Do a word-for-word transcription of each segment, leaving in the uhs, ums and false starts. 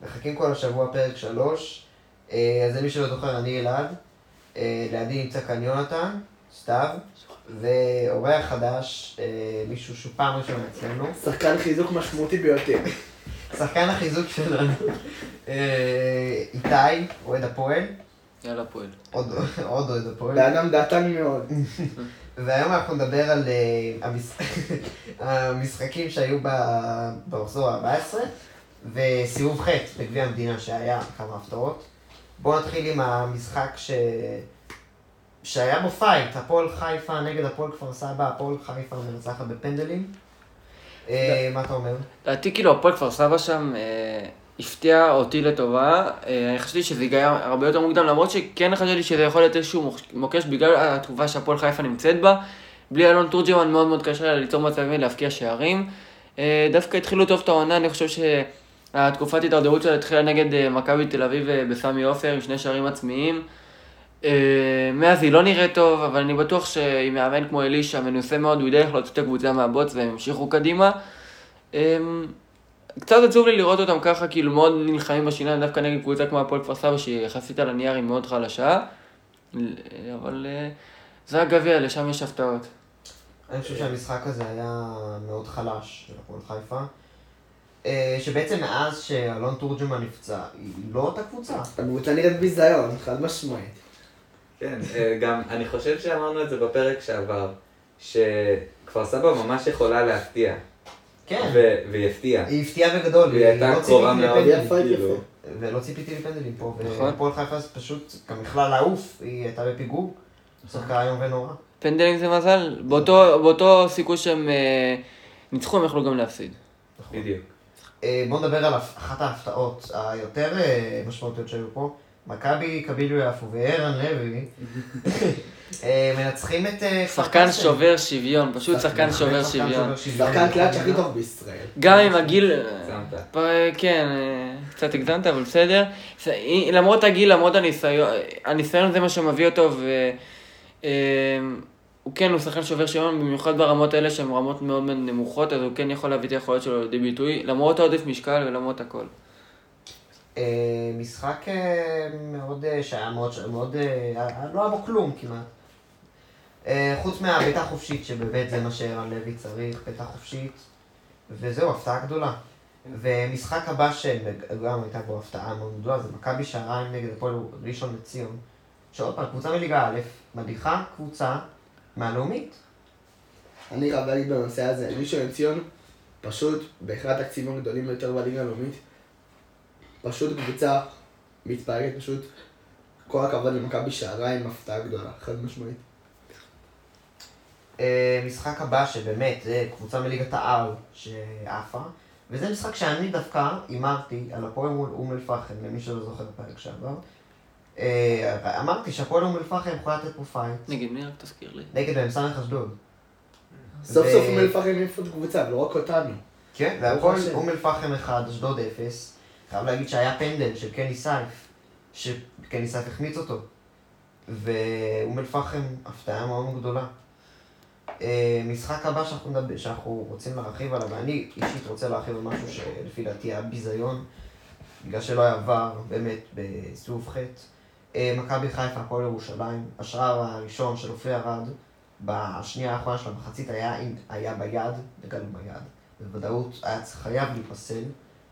מחכים כל השבוע פרק שלוש, אז למי שלא זוכר, אני אלעד, לידי נמצא כאן יונתן, סתיו, ואורח חדש, מישהו שהוא פעם ראשונה אצלנו. שחקן חיזוק משמעותי ביותר. שחקן החיזוק שלנו, איתי, אוהד הפועל. יאללה פועל. עוד אוהד הפועל. לאדם דעתן מאוד. והיום אנחנו נדבר על המשחקים שהיו במחזור ה-ארבע עשרה, וסיבוב ח' בגביע המדינה שהיה כמה הפתעות. בואו נתחיל עם המשחק ש... שהיה בו פייט, הפועל חיפה נגד הפועל כפר סבא, הפועל חיפה מנצחת בפנדלים. מה אתה אומר? לדעתי כאילו הפועל כפר סבא שם הפתיע אותי לטובה, אני חשבתי שזה היה הרבה יותר מוקדם, למרות שכן חשבתי שזה יכול להיות איזשהו מוקש בגלל התקופה שהפועל חיפה נמצאת בה. בלי אלון תורג'מן מאוד מאוד קשה לה ליצור מצבים להפקיע שערים. דווקא התחילו טוב את העונה, אני חושב שהתקופת התדרדרות שלה התחילה נגד מכבי תל אביב בסמי עופר עם שני שערים עצמיים. מאז היא לא נראית טוב, אבל אני בטוח שעם מאמן כמו אלישה מנוסה מאוד, הוא ידע איך להוציא את הקבוצה מהבוץ והם המשיכו קדימה. קצת עצוב לי לראות אותם ככה, כאילו מאוד נלחמים בשיניים, דווקא נגד קבוצה כמו הפועל כפר סבא שהיא יחסית על הנייר היא מאוד חלשה, אבל זה הגביע, לשם יש הפתעות. אני חושב שהמשחק הזה היה מאוד חלש של הפועל חיפה, שבעצם מאז שאלון תורג'מן נפצע, היא לא אותה קבוצה. הקבוצה נראית ביזיון, חד משמעית. כן, גם אני חושב שאמרנו את זה בפרק שעבר, שכפר סבא ממש יכולה להפתיע. כן. והיא הפתיעה. היא הפתיעה בגדול. והיא הייתה קרובה מאוד. ולא ציפיתי לפנדלים פה. והפועל חיפה פשוט כמכלל לעוף, היא הייתה בפיגור. שחקה היום ונורא. פנדלים זה מזל. באותו סיכוי שהם ניצחו, הם יכלו גם להפסיד. בדיוק. בואו נדבר על אחת ההפתעות היותר משמעותיות שהיו פה. מכבי קבילו יפו וערן לוי מנצחים את... שחקן שובר שוויון, פשוט שחקן שובר שוויון. שחקן קלאץ' הכי טוב בישראל. גם עם הגיל... הגזמת. כן, קצת הגזמת, אבל בסדר. למרות הגיל, למרות הניסיון, הניסיון זה מה שמביא אותו, והוא כן, הוא שחקן שובר שוויון, במיוחד ברמות האלה שהן רמות מאוד נמוכות, אז הוא כן יכול להביא את היכולות שלו לידי ביטוי, למרות העודף משקל ולמרות הכל. משחק מאוד, שהיה מאוד, מאוד, לא היה בו כלום כמעט. חוץ מהביתה חופשית, שבאמת זה מה שערן לוי צריך, ביתה חופשית, וזהו, הפתעה גדולה. ומשחק הבא שגם הייתה בו הפתעה מאוד גדולה, זה מכבי שעריים נגד הפועל ראשון לציון, שעוד פעם, קבוצה מליגה א', מדיחה קבוצה מהלאומית. אני חייב להגיד בנושא הזה, ראשון לציון פשוט באחד התקציבים הגדולים ביותר בליגה הלאומית, פשוט קבוצה מתפרקת, פשוט כל הכבוד למכבי שעריים, הפתעה גדולה, חד משמעית. משחק הבא שבאמת זה קבוצה מליגת העל שעפה, וזה משחק שאני דווקא אמרתי על הפועל מול אום אל פחם, למי שלא זוכר בפרק שעבר. אמרתי שהפועל אום אל פחם יכולה לתת פה פייט. נגד מי רק תזכיר לי? נגד במסמך אשדוד. סוף סוף אום אל פחם יפות קבוצה, ולא רק אותנו. כן, והפועל אום אל פחם אחד, אשדוד אפס. חייב להגיד שהיה פנדל של קני סייף, שקני סייף החמיץ אותו. ואום אל פחם הפתעה מאוד גדולה. משחק הבא שאנחנו, נדבר, שאנחנו רוצים להרחיב עליו, ואני אישית רוצה להרחיב על משהו שלפי דעתי היה ביזיון, בגלל שלא היה עבר באמת בסיבוב ח'. מכבי חיפה, הפועל ירושלים, השער הראשון של אופי ארד, בשנייה האחרונה של המחצית היה, היה ביד, נגענו ביד, בוודאות היה חייב להיפסל.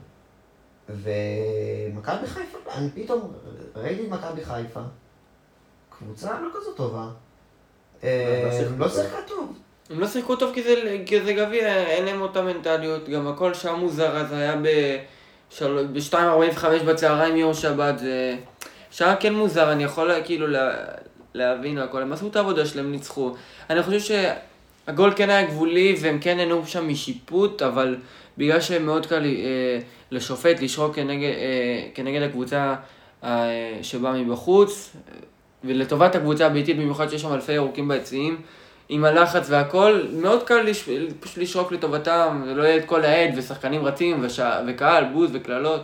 ומכבי חיפה, אני פתאום ראיתי את מכבי חיפה, קבוצה לא כזו טובה, הם לא שיחקה טוב. הם לא שיחקו טוב כי זה גביע, אין להם אותה מנטליות, גם הכל שם מוזר, אז היה ב-שתיים ארבעים וחמש בצהריים יום שבת, זה שעה כן מוזר, אני יכול כאילו להבין הכל, הם עשו את העבודה שלהם, ניצחו. אני חושב שהגול כן היה גבולי והם כן נהנו שם משיפוט, אבל בגלל שהם מאוד קל לשופט, לשרוק כנגד, כנגד הקבוצה שבאה מבחוץ, ולטובת הקבוצה הביתית, במיוחד שיש שם אלפי ירוקים ביציעים, עם הלחץ והכל, מאוד קל לש... פשוט לשרוק לטובתם, זה לא יהיה את כל העד ושחקנים רצים וש... וקהל, בוז וכללות.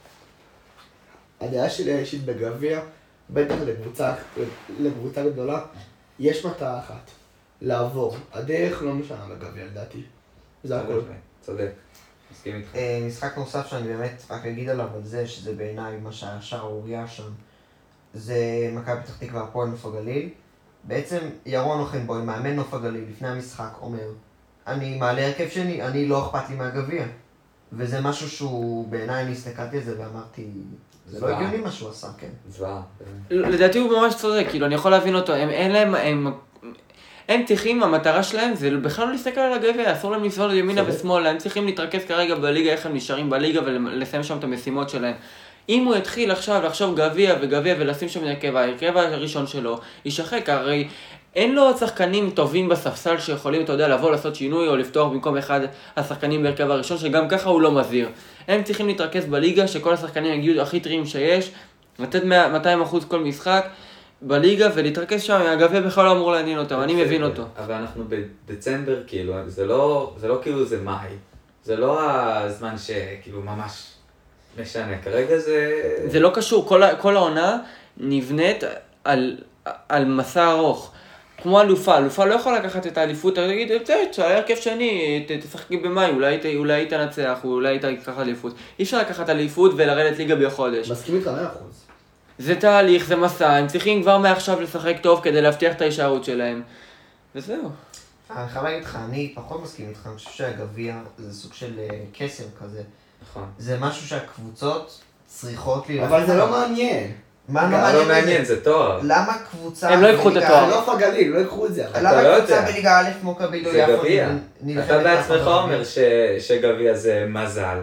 הדעה שלי האישית בגביע, בטח לקבוצה, לקבוצה גדולה, יש מטרה אחת, לעבור. הדרך לא משנה בגביע לדעתי. זה הכל. צודק. מסכים איתך. משחק נוסף שאני באמת רק אגיד עליו על זה, שזה בעיניי מה שהיה שערוריה שם, זה מכבי פתח תקווה הפועל נוף הגליל. בעצם ירון אוחנבוים, מאמן נוף הגליל, לפני המשחק אומר, אני מעלה הרכב שני, אני לא אכפת לי מהגביע. וזה משהו שהוא, בעיניי אני הסתכלתי על זה ואמרתי, זה לא הגיוני מה שהוא עשה, כן. זוועה. לדעתי הוא ממש צודק, כאילו אני יכול להבין אותו, הם אין להם, הם... הם צריכים, המטרה שלהם זה בכלל לא להסתכל על הגביע, אסור להם לסבול ימינה ושמאלה, הם צריכים להתרכז כרגע בליגה, איך הם נשארים בליגה ולסיים שם את המשימות שלהם. אם הוא יתחיל עכשיו לחשוב גביע וגביע ולשים שם הרכב, ההרכב הראשון שלו יישחק, הרי אין לו שחקנים טובים בספסל שיכולים, אתה יודע, לבוא לעשות שינוי או לפתוח במקום אחד השחקנים בהרכב הראשון, שגם ככה הוא לא מזהיר. הם צריכים להתרכז בליגה, שכל השחקנים יגיעו הכי טריים שיש, לתת מאתיים אחוז כל משחק בליגה ולהתרכז שם, הגביע בכלל לא אמור לעניין אותם, אני מבין אותו. אבל אנחנו בדצמבר, כאילו, זה לא, זה לא כאילו זה מאי, זה לא הזמן שכאילו ממש משנה, כרגע זה... זה לא קשור, כל, כל העונה נבנית על, על מסע ארוך. כמו אלופה, אלופה לא יכולה לקחת את האליפות, אתה תגיד, תשאר הרכב שני, תשחקי במאי, אולי, אולי היא תנצח, אולי היא תיקח אליפות. אי אפשר לקחת אליפות ולרדת ליגה בחודש. מסכים איתך מאה אחוז. זה תהליך, זה מסע, הם צריכים כבר מעכשיו לשחק טוב כדי להבטיח את ההישארות שלהם. וזהו. אני חייב להגיד לך, אני פחות מסכים איתך, אני חושב שהגביע זה סוג של קסם כזה. נכון. זה משהו שהקבוצות צריכות להילחם. אבל זה לא מעניין. מה לא מעניין, זה תואר. למה קבוצה... הם לא ייקחו את התואר. זה לא פגליל, לא ייקחו את זה. למה קבוצה בליגה א' כמו קביל או יפו נלחמת? אתה בעצמך אומר שגביע זה מזל.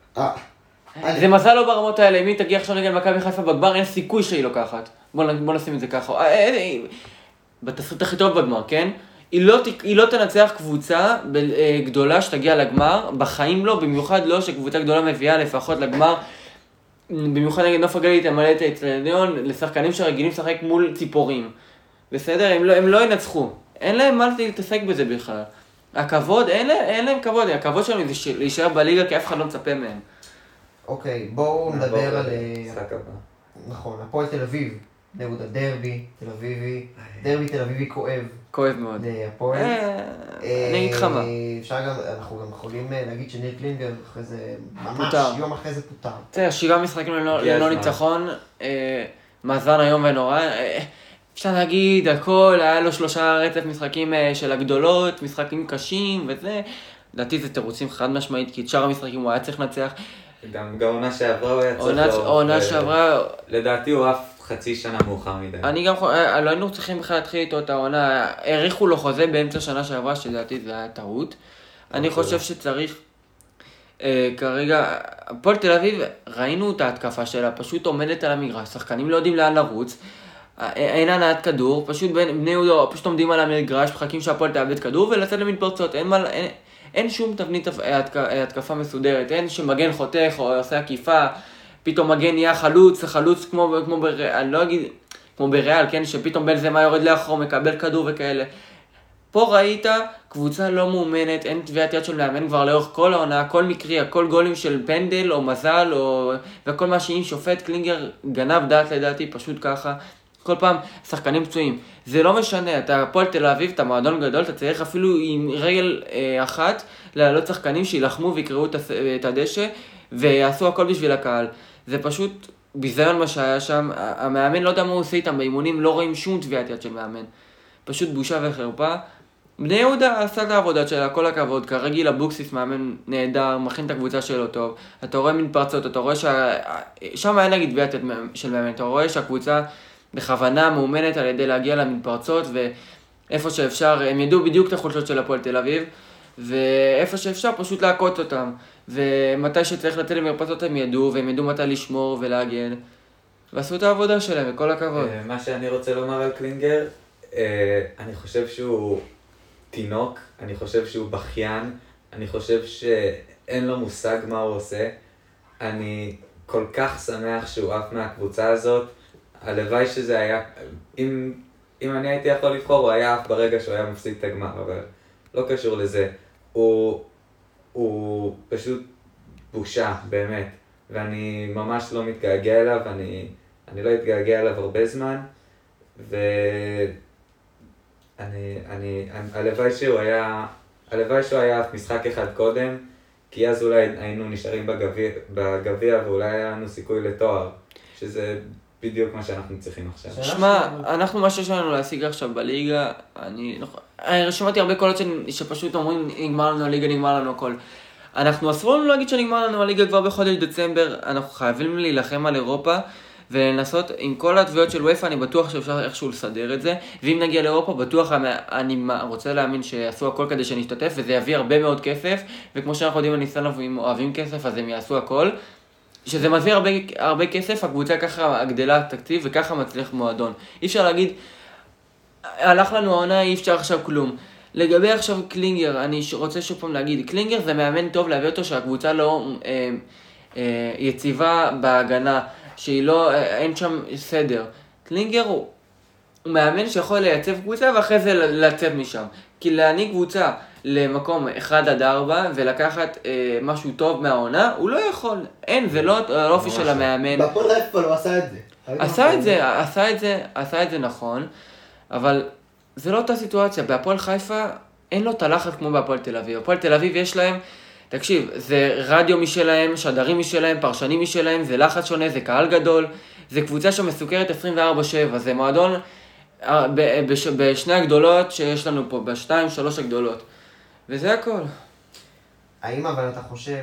זה מזל לא ברמות האלה, אם היא תגיע עכשיו נגד מכבי חיפה בגמר, אין סיכוי שהיא לוקחת. בוא נשים את זה ככה. בתסריט הכי טוב בגמר, כן? היא לא, היא לא תנצח קבוצה גדולה שתגיע לגמר, בחיים לא, במיוחד לא שקבוצה גדולה מביאה לפחות לגמר, במיוחד נגד נוף הגליל תמלא את האצטדיון לשחקנים שרגילים לשחק מול ציפורים. בסדר? הם לא, הם לא ינצחו. אין להם מה להתעסק בזה בכלל. הכבוד, אין, אין להם כבוד, הכבוד שלנו זה להישאר בליגה כי אף אחד לא מצפה מהם. אוקיי, בואו נדבר על... משחק הבא. נכון, הפועל תל אביב. נגד הדרבי, תל אביבי, דרבי תל אביבי כואב. כואב מאוד. הפועל. אני אגיד לך מה. אפשר גם, אנחנו גם יכולים להגיד שניר קלינגר אחרי זה, ממש יום אחרי זה פוטר. תראה, שבעה משחקים ללא ניצחון, מאזן היום ונורא. אפשר להגיד הכל, היה לו שלושה רצף משחקים של הגדולות, משחקים קשים וזה. לדעתי זה תירוצים חד משמעית, כי את שאר המשחקים הוא היה צריך לנצח. גם בעונה שעברה הוא היה צריך לו. עונה שעברה... לדעתי הוא אף חצי שנה מאוחר מדי. אני גם, לא היינו צריכים בכלל להתחיל איתו את העונה, העריכו לו חוזה באמצע שנה שעברה, שלדעתי זה היה טעות. אני חושב שצריך, כרגע, הפועל תל אביב, ראינו את ההתקפה שלה, פשוט עומדת על המגרש, שחקנים לא יודעים לאן לרוץ, אין הנעת כדור, פשוט בני יהודה פשוט עומדים על המגרש, מחכים שהפועל תאבד כדור ולצאת למתפרצות, אין מה, אין, אין שום תבנית התקפה מסודרת, אין שמגן חותך או עושה עקיפה, פתאום מגן נהיה חלוץ, חלוץ כמו, כמו בריאל, אני לא אגיד, כמו בריאל, כן, שפתאום בין זה מה יורד לאחור, מקבל כדור וכאלה. פה ראית קבוצה לא מאומנת, אין טביעת יד של מאמן כבר לאורך כל העונה, הכל מקרי, הכל גולים של פנדל או מזל, או... וכל מה שאם שופט קלינגר גנב דעת לדעתי, פשוט ככה. כל פעם שחקנים פצועים. זה לא משנה, אתה הפועל תל אביב, אתה מועדון גדול, אתה צריך אפילו עם רגל אה, אחת לעלות שחקנים שילחמו ויקראו את, את הדשא ויעשו הכל בשביל הקהל. זה פשוט ביזיון מה שהיה שם, המאמן לא יודע מה הוא עושה איתם, באימונים לא רואים שום טביעת יד של מאמן. פשוט בושה וחרפה. בני יהודה עשה את העבודה שלה, כל הכבוד, כרגיל אבוקסיס מאמן נהדר, מכין את הקבוצה שלו טוב, אתה רואה מתפרצות, אתה רואה שה... שם היה נגיד טביעת יד של מאמן, אתה רואה שהקבוצה בכוונה מאומנת על ידי להגיע למתפרצות, ואיפה שאפשר, הם ידעו בדיוק את החולשות של הפועל תל אביב, ואיפה שאפשר פשוט להכות אותם, ומתי שצריך לתת למרפסות הם ידעו, והם ידעו מתי לשמור ולהגן, ועשו את העבודה שלהם, וכל הכבוד. מה שאני רוצה לומר על קלינגר, אני חושב שהוא תינוק, אני חושב שהוא בכיין, אני חושב שאין לו מושג מה הוא עושה, אני כל כך שמח שהוא עף מהקבוצה הזאת, הלוואי שזה היה, אם, אם אני הייתי יכול לבחור, הוא היה עף ברגע שהוא היה מפסיד את הגמר, אבל לא קשור לזה. הוא, הוא פשוט בושה, באמת, ואני ממש לא מתגעגע אליו, אני, אני לא אתגעגע אליו הרבה זמן, ואני, אני, הלוואי שהוא היה, הלוואי שהוא היה משחק אחד קודם, כי אז אולי היינו נשארים בגביע, בגביע ואולי היה לנו סיכוי לתואר, שזה בדיוק מה שאנחנו צריכים עכשיו. שמע, אנחנו מה שיש לנו להשיג עכשיו בליגה, אני, אני שמעתי הרבה קולות שפשוט אומרים נגמר לנו הליגה, נגמר לנו הכל. אנחנו אסור לנו להגיד שנגמר לנו הליגה כבר בחודש דצמבר, אנחנו חייבים להילחם על אירופה ולנסות עם כל התביעות של וופא, אני בטוח שאפשר איכשהו לסדר את זה, ואם נגיע לאירופה בטוח אני רוצה להאמין שיעשו הכל כדי שנשתתף וזה יביא הרבה מאוד כסף, וכמו שאנחנו יודעים הניסנובים אוהבים כסף אז הם יעשו הכל, שזה מביא הרבה, הרבה כסף, הקבוצה ככה גדלה תקציב וככה מצליח מועדון. אי אפשר להגיד, הלך לנו העונה, אי אפשר עכשיו כלום. לגבי עכשיו קלינגר, אני רוצה שוב פעם להגיד, קלינגר זה מאמן טוב להביא אותו שהקבוצה לא אה, אה, יציבה בהגנה, שהיא לא, אה, אין שם סדר. קלינגר הוא, הוא מאמן שיכול לייצב קבוצה ואחרי זה לצאת משם. כי להניק קבוצה למקום אחד עד ארבע ולקחת אה, משהו טוב מהעונה, הוא לא יכול. אין, זה לא האופי של המאמן. בהפועל חיפה לא עשה את זה. עשה את זה, עשה את זה, עשה את זה נכון, אבל זה לא אותה סיטואציה. בהפועל חיפה אין לו את הלחץ כמו בהפועל תל אביב. בהפועל תל אביב יש להם, תקשיב, זה רדיו משלהם, שדרים משלהם, פרשנים משלהם, זה לחץ שונה, זה קהל גדול, זה קבוצה שמסוכרת עשרים וארבע שבע, זה מועדון בשני הגדולות שיש לנו פה, בשתיים, שלוש הגדולות. וזה הכל. האם אבל אתה חושב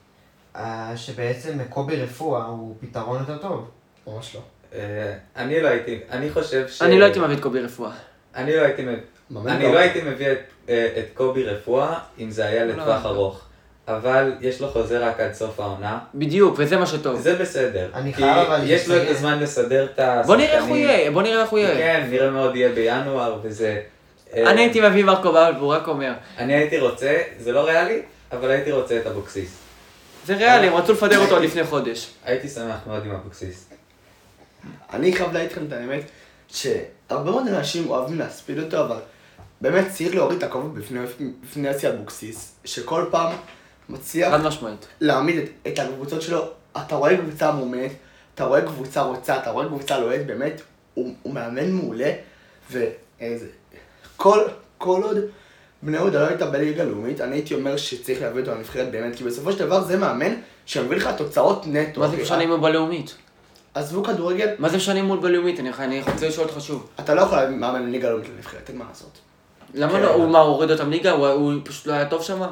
שבעצם קובי רפואה הוא פתרון יותר טוב? ממש לא. אני לא הייתי, אני חושב ש... אני לא הייתי מביא את קובי רפואה. אני לא הייתי מביא, אני לא הייתי מביא את קובי רפואה אם זה היה לטווח ארוך. אבל יש לו חוזה רק עד סוף העונה. בדיוק, וזה מה שטוב. זה בסדר. אני חייב אבל... יש לו את הזמן לסדר את השחקנים. בוא נראה איך הוא יהיה, בוא נראה איך הוא יהיה. כן, נראה מאוד יהיה בינואר וזה... אני הייתי מביא מרקו באבל, והוא רק אומר. אני הייתי רוצה, זה לא ריאלי, אבל הייתי רוצה את אבוקסיס. זה ריאלי, הם רצו לפטר אותו לפני חודש. הייתי שמח מאוד עם אבוקסיס. אני חייב להגיד לכם את האמת, שהרבה מאוד אנשים אוהבים להספיד אותו, אבל באמת צריך להוריד את הכובע בפני אסי אבוקסיס, שכל פעם מצליח להעמיד את, את הקבוצות שלו. אתה רואה קבוצה מומנת, אתה רואה קבוצה רוצה, אתה רואה קבוצה לוהט, באמת, הוא, הוא מאמן מעולה, ואיזה, כל, כל עוד בני יהודה לא הייתה בליגה לאומית, אני הייתי אומר שצריך להביא אותו לנבחרת באמת, כי בסופו של דבר זה מאמן שמביא לך תוצאות נטו. מה זה משנה אם הוא בלאומית? עזבו כדורגל. מה זה משנה מול בלאומית? אני, אני רוצה לשאול אותך שוב. אתה לא יכול להביא מאמן לליגה לאומית לנבחרת, אין מה לעשות. למה לא? הוא מה, הוא הוריד אותם ליגה? הוא, הוא פשוט לא היה טוב שם?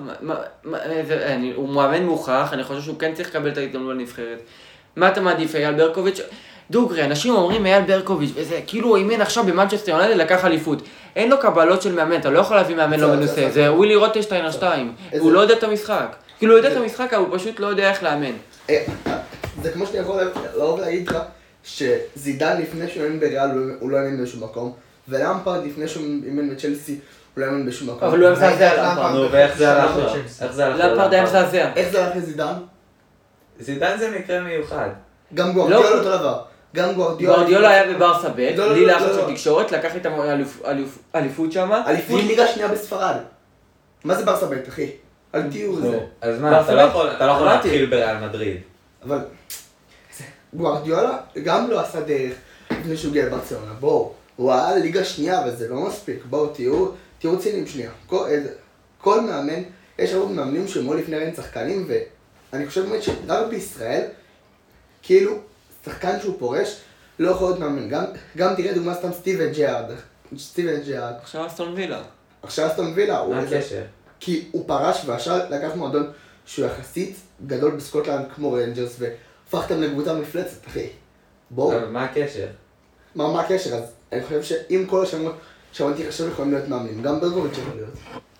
הוא מאמן מוכח, אני חושב שהוא כן צריך לקבל את ההתאמנות לנבחרת. מה אתה מעדיף, אייל ברקוביץ'? דוגרי, אנשים אומרים אייל ברקוביץ' וזה כאילו הוא אימן עכשיו במנצ'סטר יונייטד לקח אליפות. אין לו קבלות של מאמן, אתה לא יכול להביא מאמן לא מנוסה, זה ווילי רוטנשטיין שתיים. הוא לא יודע את המשחק. כאילו הוא יודע את המשחק, אבל הוא פשוט לא יודע איך לאמן. זה כמו שאני יכול לבוא להגיד לך, שזידן לפני שהוא אימן בריאל הוא לא אימן בשום מקום, ולמפרד לפני שהוא אימן בצ'לסי הוא לא אימן בשום מקום. אבל הוא מזעזע למפרד. נו, ואיך זה הלך לו? איך זה הלך לו? למפרד היה מזעזע. איך זה הלך לזידן? זידן זה מקרה מיוחד. גם גוארדיולה אותו דבר. גם גוארדיולה... גוארדיולה היה בברסה ב', בלי לחץ של תקשורת, לקח את האליפות שמה. אליפות ליגה שנייה בספרד. מה זה ברסה ב', אחי? אל תהיו זה. אז מה, אתה לא יכול להתחיל בריאל מדריד. אבל... גוארדיולה גם לא עשה דרך לפני שהוא הגיע לברצלונה. בואו, הוא היה ליגה שנייה וזה לא מספיק. בואו, תהיו ציניים שנייה. כל מאמן, יש הרבה מאמנים שמול לפני רן שחקנים, ואני חושב באמת שרק בישראל, כאילו, שחקן שהוא פורש, לא יכול להיות מאמן. גם, גם תראה דוגמה סתם סטיבן ג'רארד. סטיבן ג'רארד. עכשיו אסטון וילה. עכשיו אסטון וילה. מה הקשר? כי הוא פרש והשאר לקח מועדון שהוא יחסית גדול בסקוטלנד כמו ריינג'רס, והפך אותם לקבוצה מפלצת, אחי. בואו. אבל מה הקשר? מה, מה הקשר? אז אני חושב שאם כל השמות שאמרתי עכשיו יכולים להיות מאמנים, גם ברקוביץ' יכול להיות.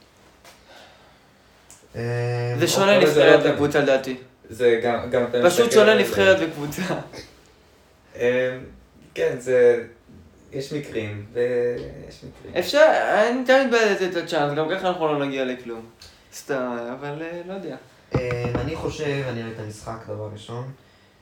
זה שונה נבחרת וקבוצה לדעתי. זה גם, גם אתה פשוט שונה נבחרת וקבוצה. כן, זה... יש מקרים, ויש מקרים. אפשר, אני תמיד בעד לתת את הצ'אנס, גם ככה אנחנו לא נגיע לכלום. סתם, אבל לא יודע. אני חושב, אני ראיתי את המשחק דבר ראשון.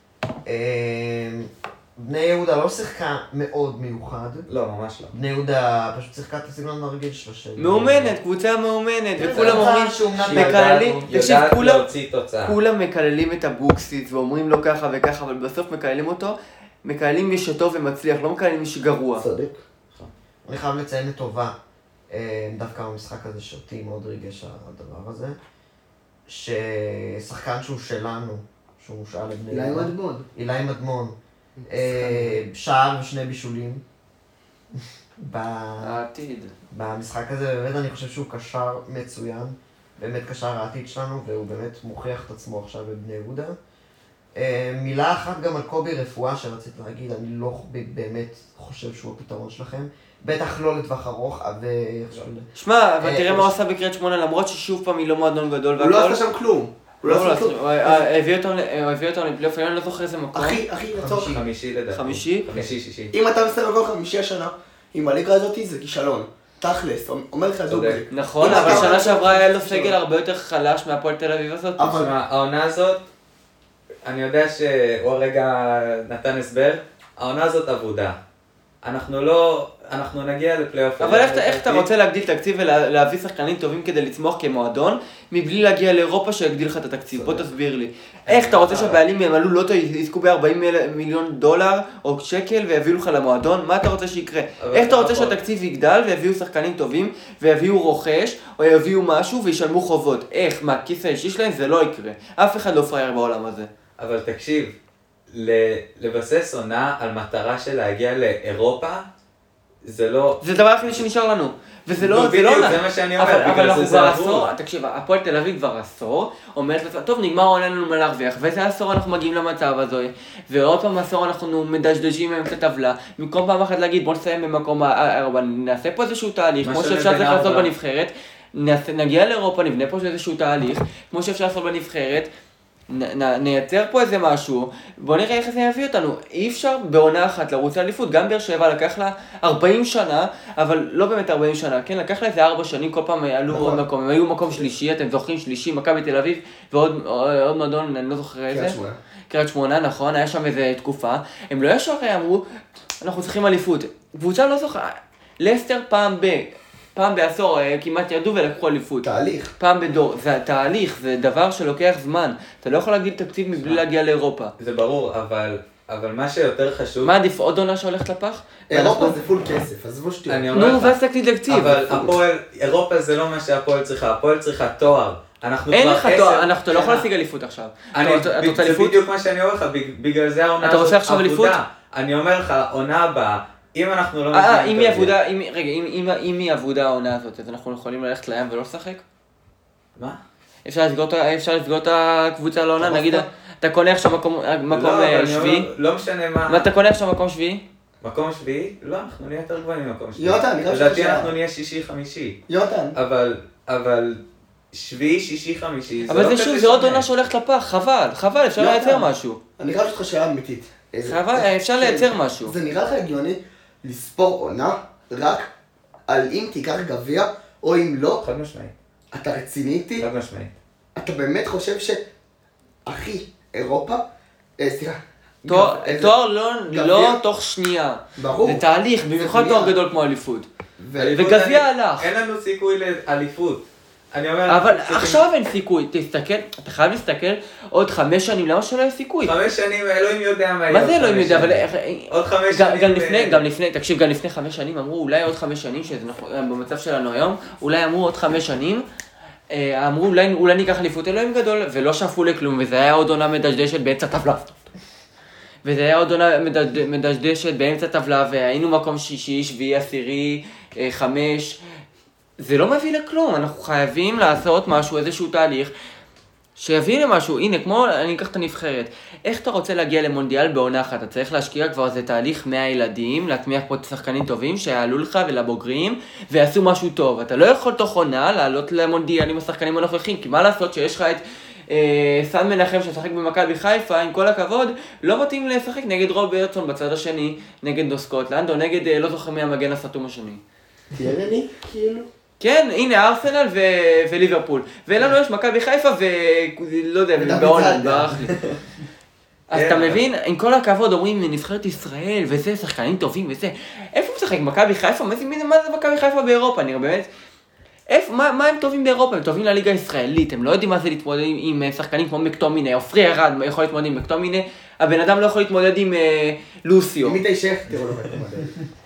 בני יהודה לא שיחקה מאוד מיוחד. לא, ממש לא. בני יהודה פשוט שיחקה את הסגנון הרגיל שלו. מאומנת, קבוצה מאומנת, וכולם אומרים שהוא מקללים, תקשיב, כולם כולם מקללים את הבוקסיס ואומרים לו ככה וככה, אבל בסוף מקללים אותו, מקללים מי שטוב ומצליח, לא מקללים מי שגרוע. צודק. אני חייב לציין לטובה, דווקא במשחק הזה שאותי מאוד ריגש הדבר הזה. ששחקן שהוא שלנו, שהוא שאל לבני... אילי מדמון. אילי מדמון. שער ושני בישולים. העתיד. במשחק הזה, באמת אני חושב שהוא קשר מצוין. באמת קשר העתיד שלנו, והוא באמת מוכיח את עצמו עכשיו בבני יהודה. מילה אחת גם על קובי רפואה שרצית להגיד, אני לא באמת חושב שהוא הפתרון שלכם. בטח לא לטווח ארוך, אבל... שמע, אבל תראה מה הוא עשה בקריית שמונה, למרות ששוב פעם היא לא מועדון גדול והכל. הוא לא עשה שם כלום. הוא לא עשה כלום. הוא הביא אותנו לפלייאוף, אני לא זוכר איזה מקום. אחי, אחי, לצורך. חמישי לדעתי. חמישי? חמישי, שישי. אם אתה מסתכל כל חמישי השנה, עם הליגה הזאת זה כישלון. תכלס, אומר לך דוגרי. נכון, אבל שנה שעברה היה לו סגל הרבה יותר חלש מהפועל תל אביב הזאת. אבל העונה הזאת, אני יודע שהוא הרגע נתן הסבר, העונה הזאת עבודה. אנחנו לא, אנחנו נגיע לפלייאוף. אבל איך, איך אתה רוצה להגדיל תקציב ולהביא שחקנים טובים כדי לצמוח כמועדון, מבלי להגיע לאירופה שיגדיל לך את התקציב? בוא תסביר לי. איך אתה רוצה שהבעלים ימלאו לוטו, יזכו ב-ארבעים מיליון דולר או שקל ויביאו לך למועדון? מה אתה רוצה שיקרה? איך אתה רוצה שהתקציב יגדל ויביאו שחקנים טובים ויביאו רוכש או יביאו משהו וישלמו חובות? איך? מה, הכיס האישי שלהם? זה לא יקרה. אף אחד לא פרייר בעולם הזה. אבל תקשיב, לבסס עונה על מטרה של להגיע לאירופה, זה לא... זה הדבר הכי שנשאר לנו. וזה לא, זה לא... בדיוק, זה מה שאני אומר, אבל אנחנו כבר עבור. עשור, תקשיב, הפועל תל אביב כבר עשור, אומרת לצד, טוב, נגמר עונה לנו מה להרוויח, וזה עשור אנחנו מגיעים למצב הזה, ועוד פעם עשור אנחנו מדשדשים עם את הטבלה, במקום פעם אחת להגיד, בוא נסיים במקום ארבע, נעשה פה איזשהו תהליך, כמו שאפשר צריך לעשות בנבחרת, נגיע לאירופה, נבנה פה איזשהו תהליך, כמו שאפשר לעשות בנבחרת, נייצר פה איזה משהו, בוא נראה איך זה יביא אותנו. אי אפשר בעונה אחת לרוץ לאליפות, גם באר שבע לקח לה ארבעים שנה, אבל לא באמת ארבעים שנה, כן? לקח לה איזה ארבע שנים, כל פעם עלו עוד מקום, הם היו מקום שלישי, אתם זוכרים, שלישי, מכבי תל אביב, ועוד מועדון, אני לא זוכר איזה. קריית שמונה. קריית שמונה, נכון, היה שם איזה תקופה, הם לא ישר אמרו, אנחנו צריכים אליפות. קבוצה לא זוכר, לסטר פעם ב... פעם בעשור כמעט ירדו ולקחו אליפות. תהליך. פעם בדור. זה תהליך, זה דבר שלוקח זמן. אתה לא יכול להגיד תקציב מבלי להגיע לאירופה. זה ברור, אבל, אבל מה שיותר חשוב... מה עדיף, עוד עונה שהולכת לפח? אירופה זה פול כסף, עזבו שטויות. נו, ואז תקציב תקציב. אבל הפועל, אירופה זה לא מה שהפועל צריכה, הפועל צריכה תואר. אין לך תואר, אנחנו לא יכול להשיג אליפות עכשיו. זה בדיוק מה שאני אומר לך, בגלל זה העונה הזאת עבודה. אני אומר לך, עונה הבאה, אם אנחנו לא... אה, אם היא עבודה, רגע, אם היא עבודה העונה הזאת, אז אנחנו יכולים ללכת לים ולא לשחק? מה? אפשר לסגור את הקבוצה לעונה, נגיד, אתה קונה עכשיו מקום שביעי? לא משנה מה... אתה קונה עכשיו מקום שביעי? מקום שביעי? לא, אנחנו נהיה יותר גבוהים ממקום שביעי. יוטן, נראה לדעתי אנחנו נהיה שישי חמישי. יוטן. אבל, אבל... שביעי, שישי, חמישי, אבל זה שוב, זה עוד עונה שהולכת לפח, חבל, חבל, אפשר לייצר משהו. אני חושב שתך שאלה אמיתית. חבל, אפשר לייצר משהו. זה נראה לך הגיוני לספור עונה רק על אם תיקח גביע או אם לא? חד משמעית. אתה רציני איתי? חד משמעית. אתה באמת חושב ש... אחי, אירופה? סליחה. תואר לא תוך שנייה. ברור. זה תהליך, במיוחד תואר גדול כמו אליפות. וגביע הלך. אין לנו סיכוי לאליפות. אני אומר... אבל עכשיו אין סיכוי, תסתכל, אתה חייב להסתכל עוד חמש שנים, למה שלא יהיה סיכוי? חמש שנים, אלוהים יודע מה יהיה. מה זה אלוהים יודע? אבל... עוד חמש שנים... גם לפני, גם לפני, תקשיב, גם לפני חמש שנים אמרו אולי עוד חמש שנים, שזה נכון, במצב שלנו היום, אולי אמרו עוד חמש שנים, אמרו אולי, אולי ניקח אליפות, אלוהים גדול, ולא שפו לכלום, וזה היה עוד עונה מדשדשת באמצע טבלה. וזה היה עוד עונה מדשדשת באמצע טבלה, והיינו מקום שישי, שביעי, עשירי, חמש. זה לא מביא לכלום, אנחנו חייבים לעשות משהו, איזשהו תהליך שיביא למשהו. הנה, כמו, אני אקח את הנבחרת. איך אתה רוצה להגיע למונדיאל בעונה אחת? אתה צריך להשקיע כבר איזה תהליך מהילדים, להטמיח פה שחקנים טובים שיעלו לך ולבוגרים ויעשו משהו טוב. אתה לא יכול תוך עונה לעלות למונדיאל עם השחקנים הנוכחים, כי מה לעשות שיש לך את אה, סן מנחם ששחק במכבי חיפה, עם כל הכבוד, לא מתאים לשחק נגד רוברטסון בצד השני, נגד דוסקוטלנד, או נגד, אה, לא זוכר מי המגן הסתום השני. תיארני, כאילו? כן, הנה ארסנל ו- וליברפול. ולנו יש מכבי חיפה ולא יודע, בהולנד, ברח לי. אז אתה מבין, עם כל הכבוד אומרים נבחרת ישראל וזה, שחקנים טובים וזה. איפה משחק? מכבי חיפה? מה זה, מה זה מכבי חיפה באירופה? אני באמת... איפה, מה, מה הם טובים באירופה? הם טובים לליגה הישראלית, הם לא יודעים מה זה להתמודד עם, עם שחקנים כמו מקטומיני, או פרי ארד יכול להתמודד עם מקטומיני, הבן אדם לא יכול להתמודד עם אה, לוסיו. עם איתי שייך, תראו לו מתמודד.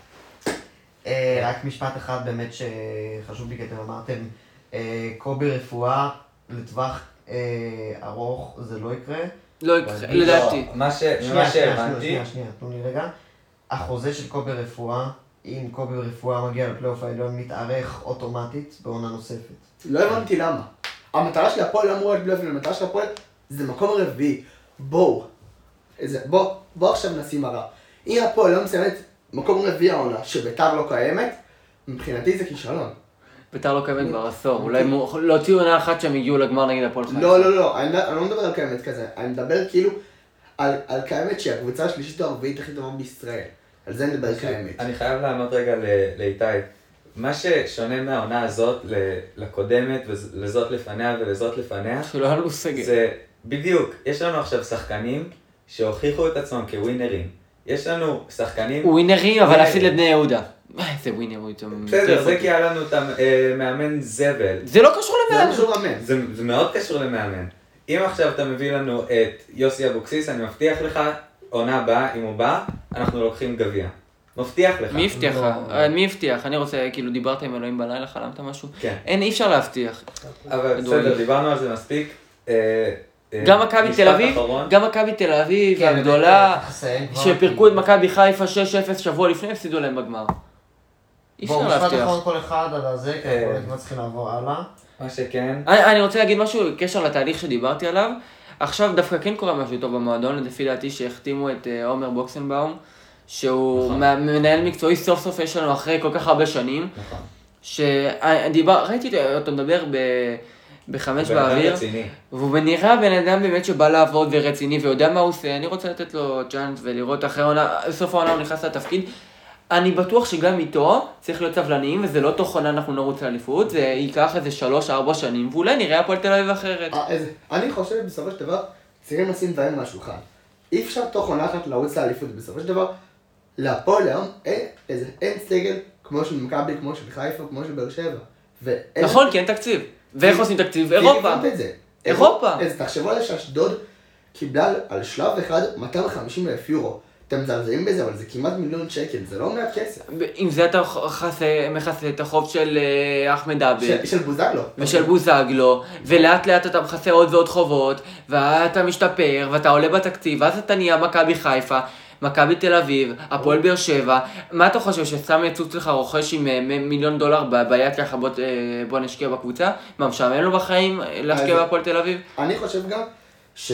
רק משפט אחד באמת שחשוב לי, כי אתם אמרתם, קובי רפואה לטווח אה, ארוך זה לא יקרה. לא יקרה, לדעתי. מה ש- שנייה, ממה שנייה, שהבנתי, שנייה, שנייה, תנו לי רגע. החוזה של קובי רפואה, אם קובי רפואה מגיע לפלייאוף העליון, מתארך אוטומטית בעונה נוספת. לא הבנתי למה. המטרה של הפועל לא אמורה להיות בלייאוף, המטרה של הפועל זה מקום רביעי. בואו. איזה- בוא, בוא עכשיו נשים הרע. אם הפועל לא מסיימת מקום רביעי העונה, שביתר לא קיימת, מבחינתי זה כישלון. ביתר לא קיימת כבר עשור, אולי מו- להוציא עונה אחת שהם הגיעו לגמר נגד הפועל חיפה. לא, לא, לא, אני אני לא מדבר על קיימת כזה, אני מדבר כאילו על על קיימת שהיא הקבוצה השלישית או הרביעית הכי טובה בישראל. על זה אני מדבר קיימת. אני חייב לענות רגע ל- לאיתי. מה ששונה מהעונה הזאת ל- לקודמת ולזאת לפניה ולזאת לפניה, שלא היה לנו סגל. זה בדיוק, יש לנו עכשיו שחקנים שהוכיחו את עצמם כווינרים. יש לנו שחקנים... ווינרים, אבל ווינרים. להפסיד לבני יהודה. איזה ווינר הוא איתם. בסדר, זה כי היה לנו את המאמן זבל. זה לא קשור זה לא למאמן. קשור לאמן. זה, זה מאוד קשור למאמן. אם עכשיו אתה מביא לנו את יוסי אבוקסיס, אני מבטיח לך, עונה הבאה, אם הוא בא, אנחנו לוקחים גביע. מבטיח לך. מי הבטיח לך? לא. אה, מי הבטיח? אני רוצה, כאילו, דיברת עם אלוהים בלילה, חלמת משהו? כן. אין, אי אפשר להבטיח. אבל כדורגל. בסדר, דיברנו על זה מספיק. אה, אה, גם מכבי משפט תל אביב, אחרון. גם מכבי תל אביב כן, הגדולה, באמת, תסיים כבר, שפירקו כי- את מכבי חיפה שש אפס שבוע לפני, הפסידו להם בגמר. אי אפשר בואו, משפט להבטיח. אחרון כל אחד על הזה, כי אה. אנחנו באמת כבר צריכים לעבור הלאה. מה שכן, אני, אני רוצה להגיד משהו בקשר לתהליך שדיברתי עליו. עכשיו דווקא כן קורה משהו טוב במועדון, לפי דעתי שהחתימו את אה, עומר בוקסנבאום, שהוא נכון. מה- מנהל מקצועי, סוף סוף יש לנו אחרי כל כך הרבה שנים. נכון. שדיבר, ראיתי אותו מדבר ב... בחמש הוא בן אדם באוויר, רציני. והוא נראה בן אדם באמת שבא לעבוד ורציני ויודע מה הוא עושה. אני רוצה לתת לו צ'אנס ולראות אחרי עונה, סוף העונה הוא נכנס לתפקיד. אני בטוח שגם איתו צריך להיות סבלניים, וזה לא תוך עונה אנחנו נרוץ לאליפות, זה ייקח איזה שלוש ארבע שנים, ואולי נראה הפועל תל אביב אחרת. אה, איזה- אני חושב בסופו של דבר, צריכים לשים דברים על השולחן. אי אפשר תוך עונה אחת לרוץ לאליפות, בסופו של דבר, להפועל היום אין איזה, אין סגל כמו של מכבי, כמו של חיפה, כמו של באר שבע. ואין- נכון, כי אין תקציב. ואיך עושים תקציב? כי אירופה. הבנת את זה. אירופה. אז תחשבו על זה שאשדוד קיבלה על שלב אחד מאתיים וחמישים אלף יורו. אתם מזלזלים בזה, אבל זה כמעט מיליון שקל, זה לא מעט כסף. עם זה אתה מכסה- מכסה את החוב של אה, אחמד עבד. של- של בוזגלו. ושל בוזגלו, ולאט לאט אתה מכסה עוד ועוד חובות, ואתה משתפר, ואתה עולה בתקציב, ואז אתה נהיה מכבי חיפה, מכבי תל אביב, הפועל באר שבע. מה אתה חושב, שסתם יצוץ לך רוכש עם אה, מ- מיליון דולר ב- ביד ככה, בוא, אה, בוא נשקיע בקבוצה? מה, משעמם לו בחיים אה, להשקיע אז- בהפועל תל אביב? אני חושב גם ש...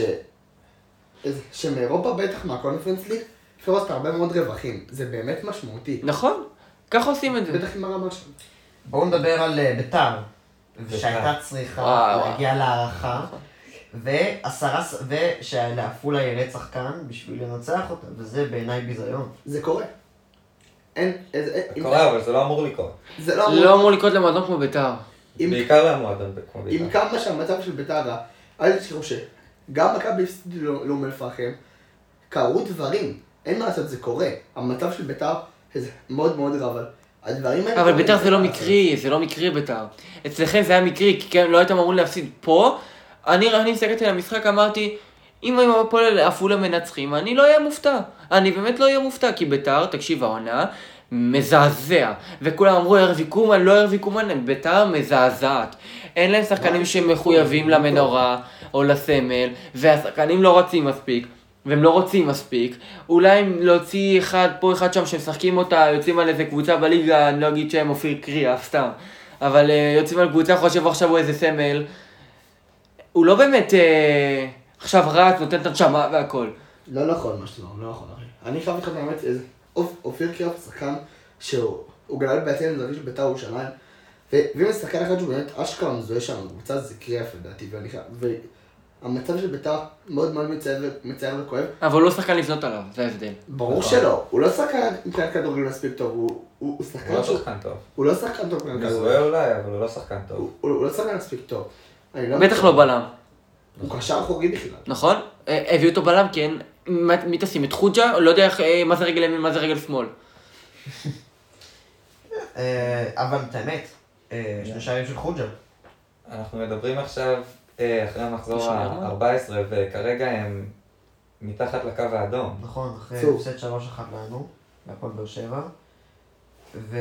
איזה- שמאירופה בטח מהקונפרנס ליג, אפשר לעשות הרבה מאוד רווחים. זה באמת משמעותי. נכון, ככה עושים את זה. בטח עם הרמה שלו. בואו נדבר על אה, ביתר, ביתר. שהייתה צריכה וואו, וואו. להגיע להערכה, נכון. ועשרה, ס- ושלעפולה ירד שחקן בשביל לנצח אותה, וזה בעיניי ביזיון. זה קורה. אין, איזה, אין, אם- קורה, אבל זה לא אמור לקרות. זה לא אמור... לא אמור לקרות למועדון כמו ביתר. אם- בעיקר למועדון כמו עם בית"ר. כמה שהמצב של ביתר רע, אל תשכחו שגם מכבי הפסידו לא- לאום אל-פחם, קרו דברים, אין מה לעשות, זה קורה. המצב של ביתר זה מאוד מאוד רע, אבל הדברים האלה... אבל קורים, ביתר זה לא מה מקרי, זה לא מקרי ביתר. אצלכם זה היה מקרי, כי כן, לא הייתם אמורים להפסיד פה. אני אני הסתכלתי על המשחק, אמרתי, אם הם הפועל עפולה מנצחים, אני לא אהיה מופתע. אני באמת לא אהיה מופתע, כי ביתר, תקשיב, העונה, מזעזע. וכולם אמרו, הרבי קומן, לא הרבי קומן, ביתר מזעזעת. אין להם שחקנים שמחויבים למנורה או לסמל, והשחקנים לא רצים מספיק. והם לא רוצים מספיק, אולי אם להוציא אחד פה אחד שם שמשחקים אותה, יוצאים על איזה קבוצה בליגה, אני לא אגיד שהם אופיר קריאה, סתם, אבל uh, יוצאים על קבוצה, חושב עכשיו הוא איזה סמל, הוא לא באמת uh, עכשיו רץ, נותן את הנשמה והכל. לא נכון מה שאתה אומר, לא נכון אחי. אני חייב לך באמת איזה... אופ- אופיר קריאף שחקן שהוא הוא גדל בעצם לזווית של בית"ר ירושלים, ו- ואם זה שחקן אחד שהוא באמת אשכרה מזוהה שם, בקבוצה זה קריאף לדעתי, ואני חייב... והמצב של בית"ר מאוד מאוד מצער ו- מצער וכואב. אבל הוא לא שחקן לבנות עליו, זה ההבדל. ברור נכון. שלא, הוא לא שחקן מבחינת כדורגל מספיק טוב, הוא- הוא הוא הוא שחקן לא שהוא... שחקן טוב. הוא לא שחקן טוב מבחינת מזוהה כדורגל. אולי, אבל הוא לא שחקן טוב. הוא- הוא הוא לא שחקן מספיק טוב. אני לא בטח מצליח. לא בלם, הוא קשר אחורי בכלל. נכון? אה, הביאו אותו בלם, כן, מה- מי תשים? את חוג'ה? לא יודע איך, אה, מה זה רגל ימין, מה זה רגל שמאל. אה, אבל את האמת, אה, שני שערים של חוג'ה. אנחנו מדברים עכשיו אה, אחרי המחזור שנייה, מה? ה-ארבע עשרה, וכרגע הם מתחת לקו האדום. נכון, אחרי עצוב. הפסד שלוש אחת לנו, בהפועל באר שבע. ו...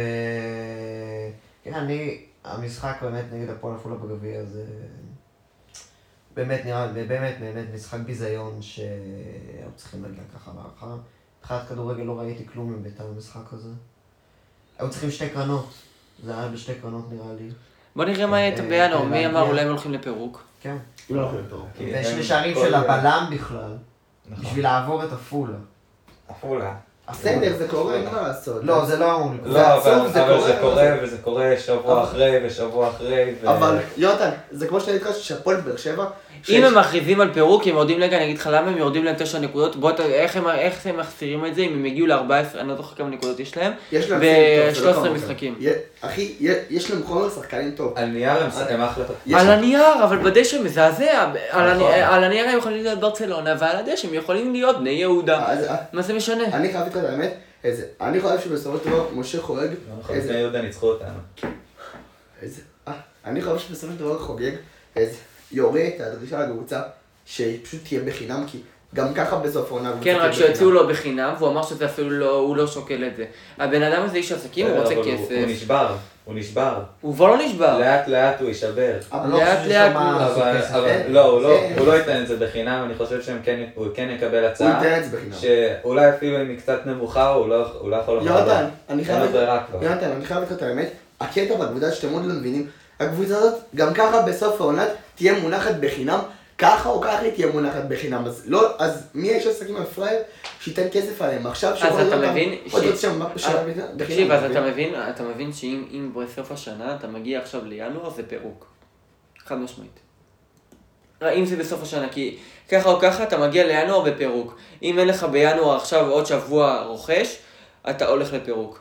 כן, אני, המשחק באמת נגד הפועל עפולה בגביע, זה... באמת נראה, באמת, באמת משחק ביזיון שהיו צריכים להגיע ככה בהערכה. מבחינת כדורגל לא ראיתי כלום מבית"ר במשחק הזה. היו צריכים שתי קרנות, זה היה בשתי קרנות נראה לי. בוא נראה מה יהיה בינואר, מי אמר אולי הם הולכים לפירוק? כן. לא הולכים לפירוק. ושני שערים של הבלם בכלל, בשביל לעבור את עפולה. עפולה. בסדר, זה קורה, אין מה לעשות. לא, זה לא אמור לקרות. לא, עצוב, אבל זה אבל קורה, זה קורה, אבל- וזה קורה שבוע אחרי ושבוע אחרי. ו- אבל יונתן, זה כמו שאני אתך שהפועל באר שבע... אם שיש- הם מכריזים על פירוק, הם יורדים ליגה, אני אגיד לך למה הם יורדים להם תשע נקודות, בוא, ת- איך הם- איך הם מחסירים את זה, אם הם הגיעו ל-ארבע עשרה, אני לא זוכר כמה נקודות יש להם, יש להם שחקנים טוב, זה לא ב-שלושה עשר כמוכם. משחקים. יה- אחי, יה- יש להם חומר שחקנים טוב. על נייר הם הם אחלה. יש על להם- הנייר, אבל בדשא מזעזע, על הני- נכון. על הנייר הם יכולים להיות ברצלונה, ועל הדשא הם יכולים להיות בני יהודה, אז, אה, מה זה משנה? אני חייב לקרוא את האמת, איזה, אני חושב שבסופו של דבר משה חוגג, לא נכון, איזה, בני יהודה ניצחו אותנו. איזה, אה, אני חושב שבסופו של דבר חוגג, איזה, יורה את הדרישה לקבוצה, שהיא פשוט תהיה בחינם, כי גם ככה בסוף העונה, הקבוצה כן, תהיה רק שהציעו בחינם. לו בחינם, והוא אמר שזה אפילו לא, הוא לא שוקל את זה. הבן אדם הזה איש עסקים, הוא רוצה אבל הוא- כסף. הוא נשבר, הוא נשבר. הוא כבר לא נשבר. לאט לאט הוא יישבר. אני לא לאט חושב לאט ששם הוא- עשו אבל, כסף. אבל אין. לא, הוא לא, אין. הוא לא ייתן את זה בחינם, אני חושב שהוא כן יקבל הוא הצעה, ייתן את זה בחינם. שאולי אפילו אם היא קצת נמוכה, הוא לא הוא לא יכול לומר. יונתן, אני אין לו חייב... ברירה כבר. יונתן, אני חייב לקרוא את האמת, הקטע בקבוצה שאתם עוד לא מבינים, הקבוצה הזאת גם ככה בסוף העונת תהיה מונחת בחינם, ככה או ככה היא תהיה מונחת בחינם, אז לא, אז מי יש עסקים הפראייר שייתן כסף עליהם עכשיו אז שרואים אתה אותם, מבין עוד ש- עוד שם מה שם אה, בחינם, תקשיב, אז אתה מבין? מבין, אתה מבין שאם אם בסוף השנה אתה מגיע עכשיו לינואר זה פירוק. חד משמעית. אה, אם זה בסוף השנה, כי ככה או ככה אתה מגיע לינואר בפירוק. אם אין לך בינואר עכשיו עוד שבוע רוכש, אתה הולך לפירוק.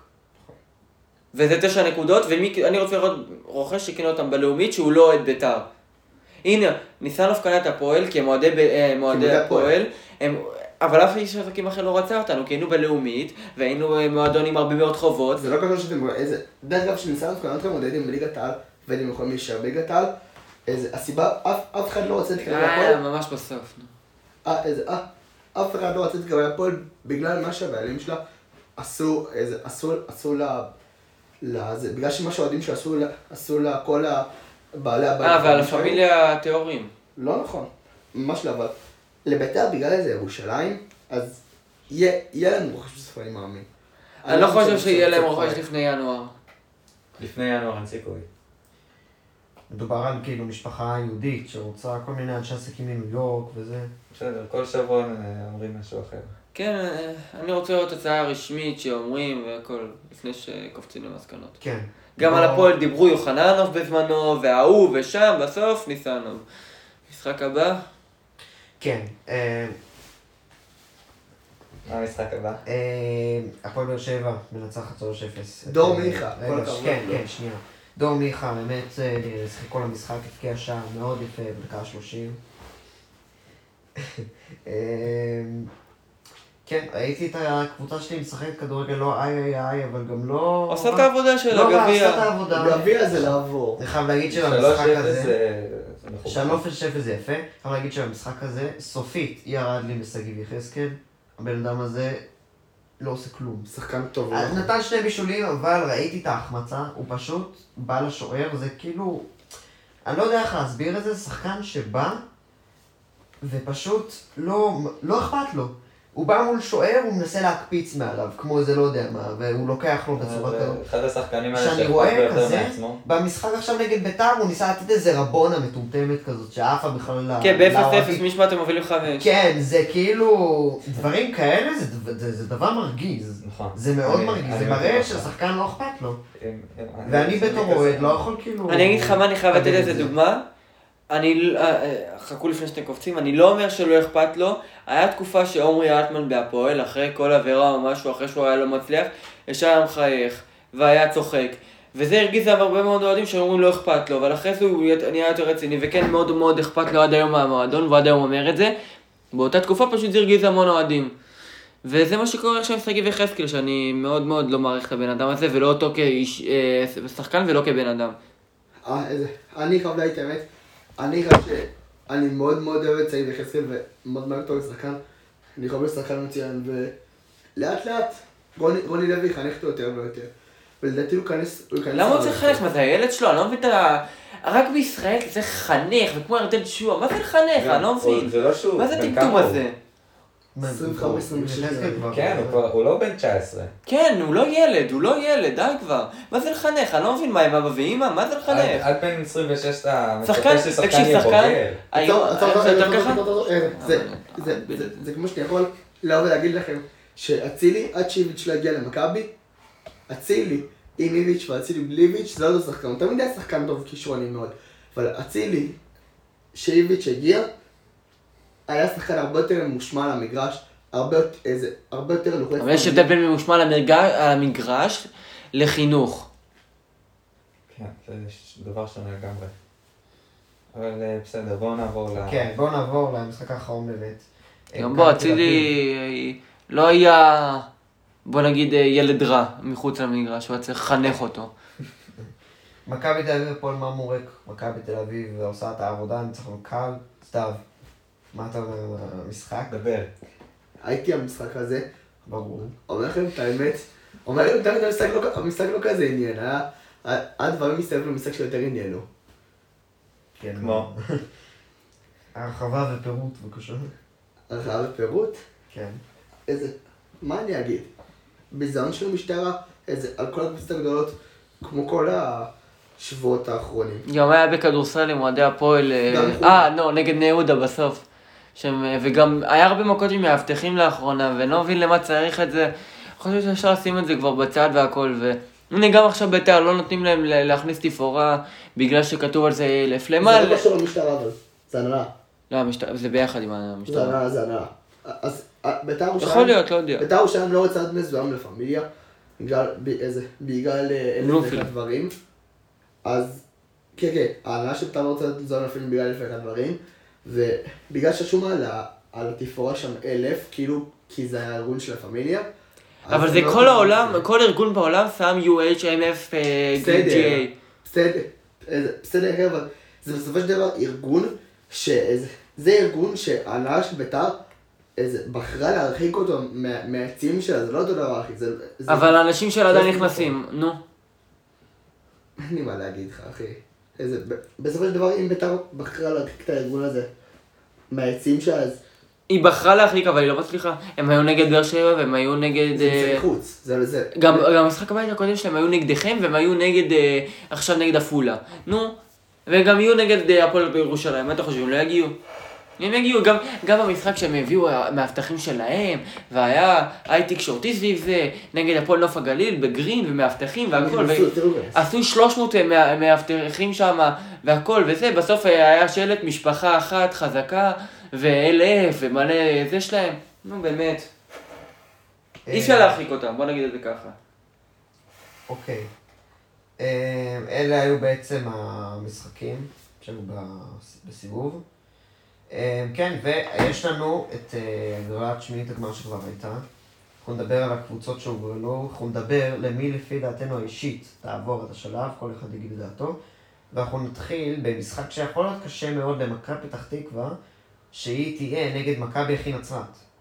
וזה תשע נקודות, ואני רוצה לראות רוכש שקנה אותם בלאומית שהוא לא אוהד בית"ר. הנה, ניסנוב קנה את הפועל כי הם אוהדי ב- אה, מועדי מועדי הפועל. הפועל, הם- אבל אף איש עסקים אחר לא רצה אותנו, כי היינו בלאומית, והיינו אה, מועדון עם הרבה מאוד חובות. זה לא קשור שאתם, איזה, דרך אגב שניסן קונה אתכם מודדים בליגת העל, ואתם יכולים להישאר בליגת העל, איזה, הסיבה, אף אף אחד לא רוצה להתקרב אה, להפועל, ממש בסוף. נו. אה, איזה, אה, אף אחד לא רוצה להתקרב להפועל, בגלל מה שהבעלים שלה עשו, איזה, עשו, עשו לה, לזה, בגלל שמה שהאוהדים שלה עשו לה, עשו לה כל הבעלי הבית. אה, ועל שהיו. הפמיליה הטהורים. לא נכון, ממש לא, אבל לבית"ר בגלל איזה ירושלים, אז יהיה יהיה לנו רוכש בסוף, אני מאמין. אני לא חושב שיהיה להם שזה רוכש קורה. לפני ינואר. לפני ינואר אין סיכוי. מדובר על כאילו משפחה יהודית שרוצה כל מיני אנשי עסקים מניו יורק וזה. בסדר, כל שבוע אה, אומרים משהו אחר. כן, אה, אני רוצה לראות הצעה רשמית שאומרים והכל, לפני שקופצים למסקנות. כן. גם בוא- על הפועל דיברו יוחננוב בזמנו, וההוא ושם, בסוף ניסנוב. משחק הבא? כן. אה, מה המשחק הבא? אה, הפועל באר שבע מנצחת שלוש אפס. דור אה, מיכה, כל רגע, הכבוד כן, לו. כן, שנייה. דור מיכה באמת אה, שיחק כל המשחק, הבקיע שער מאוד יפה בדקה שלושים. אה, כן, ראיתי את הקבוצה שלי משחקת כדורגל לא איי איי איי, אבל גם לא... עושה את העבודה של לא רע, עושה את הגביע. העבודה. גביע זה לעבור. אני חייב להגיד שלוש שבמשחק אפס הזה... זה זה מכובד. שלוש אפס זה יפה. חייב להגיד שבמשחק הזה, סופית ירד לי משגיב יחזקאל. הבן אדם הזה לא עושה כלום. שחקן טוב. אז נתן שני בישולים, אבל ראיתי את ההחמצה, הוא פשוט בא לשוער, זה כאילו... אני לא יודע איך להסביר את זה, זה שחקן שבא ופשוט לא, לא אכפת לו. הוא בא מול שוער, הוא מנסה להקפיץ מעליו, כמו איזה לא יודע מה, והוא לוקח לו בצורה אבל כזאת. אחד השחקנים האלה כשאני שאכפת רואה ביותר כזה, מעצמו. במשחק עכשיו נגד בית"ר, הוא ניסה לתת איזה רבונה מטומטמת כזאת, שעפה בכלל ל... כן, ב-אפס אפס לאוהדים. משמע אתם מובילים חמש. כן, זה כאילו... דברים כאלה, זה, זה, זה דבר מרגיז. נכון. זה מאוד אני- מרגיז, אני זה מבין מראה אותך. שהשחקן לא אכפת לו. אם- אם- ואני אני בתור כזה- אוהד לא יכול כאילו... אני אגיד לך מה אני חייב לתת לקבל את איזה זה. דוגמה. אני, אה, אה, חכו לפני שאתם קופצים, אני לא אומר שלא אכפת לו. היה תקופה שעומרי אלטמן בהפועל, אחרי כל עבירה או משהו, אחרי שהוא היה לא מצליח, ישר היה מחייך, והיה צוחק. וזה הרגיז הרבה מאוד אוהדים שאומרים לא אכפת לו, אבל אחרי זה הוא נהיה יותר רציני, וכן מאוד מאוד אכפת לו עד היום מהמועדון, ועד היום אומר את זה. באותה תקופה פשוט זה הרגיז המון אוהדים. וזה מה שקורה עכשיו עם שגיב יחזקאל, שאני מאוד מאוד לא מעריך את הבן אדם הזה, ולא אותו כאיש, אה, שחקן ולא כבן אדם. אה, איזה, אני חייב להגיד את האמת, אני חייב ש... אני מאוד מאוד אוהב את סעיד יחזקאל ומאוד מאוד טוב לשחקן. אני חושב שחקן מצוין, ולאט לאט רוני, רוני לוי יחנך אותו יותר ויותר. ולדעתי הוא ייכנס... למה הוא צריך לחנך? מה זה הילד שלו? אני לא מבין את ה... רק בישראל אתה צריך לחנך, וכמו ירדן שועה, מה זה לחנך? אני לא מבין. זה לא שהוא... מה זה הטמטום הזה? עשרים וחמש עשרים ושש. כן, הוא לא בן תשע עשרה. כן, הוא לא ילד, הוא לא ילד, די כבר. מה זה לחנך? אני לא מבין מה עם אבא ואמא, מה זה לחנך? עד בן עשרים ושש אתה שחקן, מצפה ששחקן תקשיב, יהיה שחקן, בוגר. היום זה יותר ככה? זה כמו שאני יכול לבוא ולהגיד לכם שאצילי, עד שאיביץ' לא הגיע למכבי, אצילי עם איביץ' ואצילי בלי איביץ' זה לא אותו שחקן, הוא תמיד היה שחקן טוב כישרוני מאוד, אבל אצילי שאיביץ' הגיע, היה שחקן הרבה יותר ממושמע על המגרש, הרבה יותר לוחץ. אבל יש הבדל בין ממושמע על המגרש לחינוך. כן, זה דבר שונה לגמרי. אבל בסדר, בואו נעבור ל... כן, בואו נעבור למשחק האחרון באמת. גם בוא, אצילי לא היה, בוא נגיד, ילד רע מחוץ למגרש, הוא היה צריך לחנך אותו. מכבי תל אביב הפועל מרמורק, מכבי תל אביב עושה את העבודה, ניצחון קל. סתיו, מה אתה אומר על המשחק? דבר. הייתי המשחק הזה, ברור. אומר לכם את האמת, אומר לכם את האמת, המשחק לא כזה עניין, היה דברים מסתובבים למשחק שיותר עניינו. כן. כמו? הרחבה ופירוט, בבקשה. הרחבה ופירוט? כן. איזה, מה אני אגיד? ביזיון של המשטרה, איזה, על כל הקבוצות הגדולות, כמו כל השבועות האחרונים. גם היה בכדורסל עם אוהדי הפועל, אה, לא, נגד בני יהודה בסוף. וגם היה הרבה מכות עם מאבטחים לאחרונה, ואני לא מבין למה צריך את זה. אני חושב שאפשר לשים את זה כבר בצד והכל, והנה גם עכשיו בית"ר לא נותנים להם להכניס תפאורה, בגלל שכתוב על זה אלף למעלה. זה לא קשור למשטרה אבל, זה הנהלה. לא, זה ביחד עם המשטרה. זה הנהלה, זה הנהלה. אז בית"ר ירושלים... יכול להיות, לא יודע. בית"ר ירושלים לא רוצה להיות מזוהם לפמיליה, בגלל אלף ואחד דברים. אז כן, כן, ההנהלה של בית"ר לא רוצה להיות מזוהם לפמיליה בגלל אלף ואחד דברים, ובגלל ששום על התפאורה שם אלף, כאילו, כי זה היה ארגון של הפמיליה. אבל זה כל העולם, כל ארגון בעולם שם יו אייץ' אם אף ג'י איי. בסדר, בסדר, אבל זה בסופו של דבר ארגון, זה ארגון שההנהלה של בית"ר בחרה להרחיק אותו מהעצים שלה, זה לא אותו דבר אחי. אבל האנשים שלה עדיין נכנסים, נו. אין לי מה להגיד לך אחי. בסופו של דבר אם בית"ר בחרה להרחיק את הארגון הזה מהעצים שלה, אז... היא בחרה להרחיק, אבל היא לא מצליחה. הם היו נגד באר שבע והם היו נגד... זה חוץ, זה זה. גם המשחק הבית הקודם שלהם היו נגדכם והם היו נגד... עכשיו נגד עפולה. נו, וגם יהיו נגד הפועל בירושלים. מה אתה חושב? הם לא יגיעו? הם יגיעו, גם, גם במשחק שהם הביאו מאבטחים שלהם, והיה היי תקשורתי סביב זה, נגד הפועל נוף הגליל, בגרין ומאבטחים והכל, ועשו שלוש מאות מאבטחים שם והכל, וזה, בסוף היה שלט משפחה אחת חזקה, ואלף ומלא זה שלהם, נו באמת. אי אפשר להרחיק אותם, בוא נגיד את זה ככה. אוקיי. אלה היו בעצם המשחקים שהיו בסיבוב. כן, ויש לנו את הגרלת שמינית הגמר שכבר הייתה. אנחנו נדבר על הקבוצות שהוגרלו, אנחנו נדבר למי לפי דעתנו האישית תעבור את השלב, כל אחד יגיד את דעתו. ואנחנו נתחיל במשחק שיכול להיות קשה מאוד למכבי פתח תקווה, שהיא תהיה נגד מכבי אחי נצרת.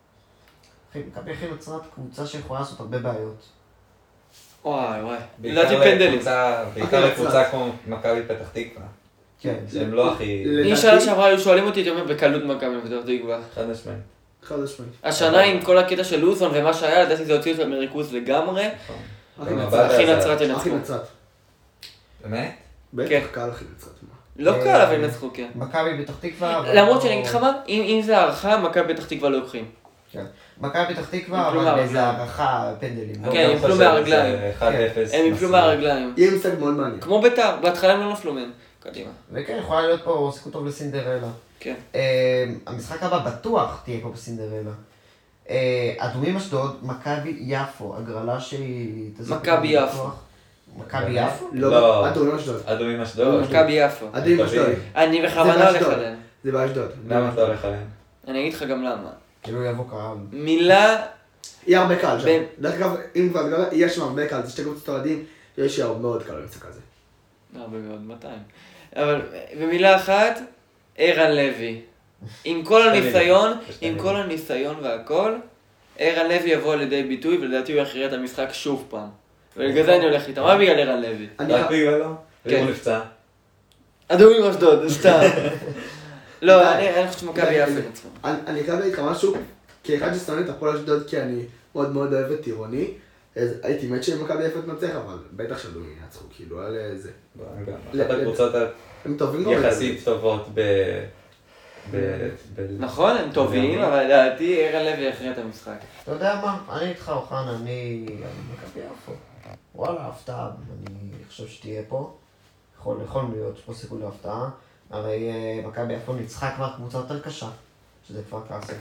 מכבי אחי נצרת קבוצה שיכולה לעשות הרבה בעיות. וואי וואי, לדעתי פנדלים. בעיקר לקבוצה כמו מכבי פתח תקווה. כן. שהם לא הכי... אם שנה שעברה היו שואלים אותי, אתה אומר בקלות מכבי פתח תקווה. חד משמעית. חד משמעית. השנה עם כל הקטע של לוזון ומה שהיה, לדעתי זה הוציא אותם מריכוז לגמרי. אחי נצרת ינצחו. אחי נצרת. באמת? בטח קל אחי נצרת. לא קל אבל ינצחו, כן. מכבי פתח תקווה... למרות שאני אגיד לך מה, אם זה הערכה, מכבי פתח תקווה לא לוקחים. מכבי פתח תקווה, אבל באיזה הערכה פנדלים. כן, הם יפלו מהרגליים. אחד אפס. הם יפלו מהרגליים. יהיה משחק מאוד מעניין. כמו בית"ר, בהתחלה הם לא נפלו מהם. קדימה. וכן, יכולה להיות פה סיכוי טוב לסינדרלה. כן. המשחק הבא בטוח תהיה פה בסינדרלה. אדומים אשדוד, מכבי יפו, הגרלה שהיא... מכבי יפו. מכבי יפו? לא, אדומים אשדוד. אדומים אשדוד. מכבי יפו. אדומים אשדוד. אני בכוונה הולך עליהם. זה באשדוד. למה אתה הולך עליהם? אני אגיד לך גם למה. כאילו יבוא קהל. מילה... יהיה הרבה קהל שם. דרך אגב, אם כבר דבר, יהיה שם הרבה קהל, זה שתי קבוצות אוהדים, יש הרבה מאוד קהל במשחק הזה. הרבה מאוד, מאתיים. אבל במילה אחת, ערן לוי. עם כל הניסיון, עם כל הניסיון והכל, ערן לוי יבוא לידי ביטוי ולדעתי הוא יכריע את המשחק שוב פעם. ובגלל זה אני הולך איתם, מה בגלל ערן לוי? רק בגללו? כן. ואם הוא נפצע? אדומים אשדוד, סתם. לא, אני חושב שמכבי יפה נצחו. אני חייב להגיד לך משהו, כאחד ששונא את הפועל אשדוד כי אני מאוד מאוד אוהב את טירוני, אז הייתי מת שמכבי יפה תנצח, אבל בטח שאדומים ינצחו, כאילו, על זה. אחת הקבוצות יחסית טובות ב... נכון, הם טובים, אבל לדעתי ערן לוי יכריע את המשחק. אתה יודע מה? אני איתך אוחנה, אני מכבי יפו. וואלה, הפתעה, אני חושב שתהיה פה. יכול להיות שפה סיכוי להפתעה. הרי מכבי יפו ניצחה כבר קבוצה יותר קשה, שזה כבר קאסם.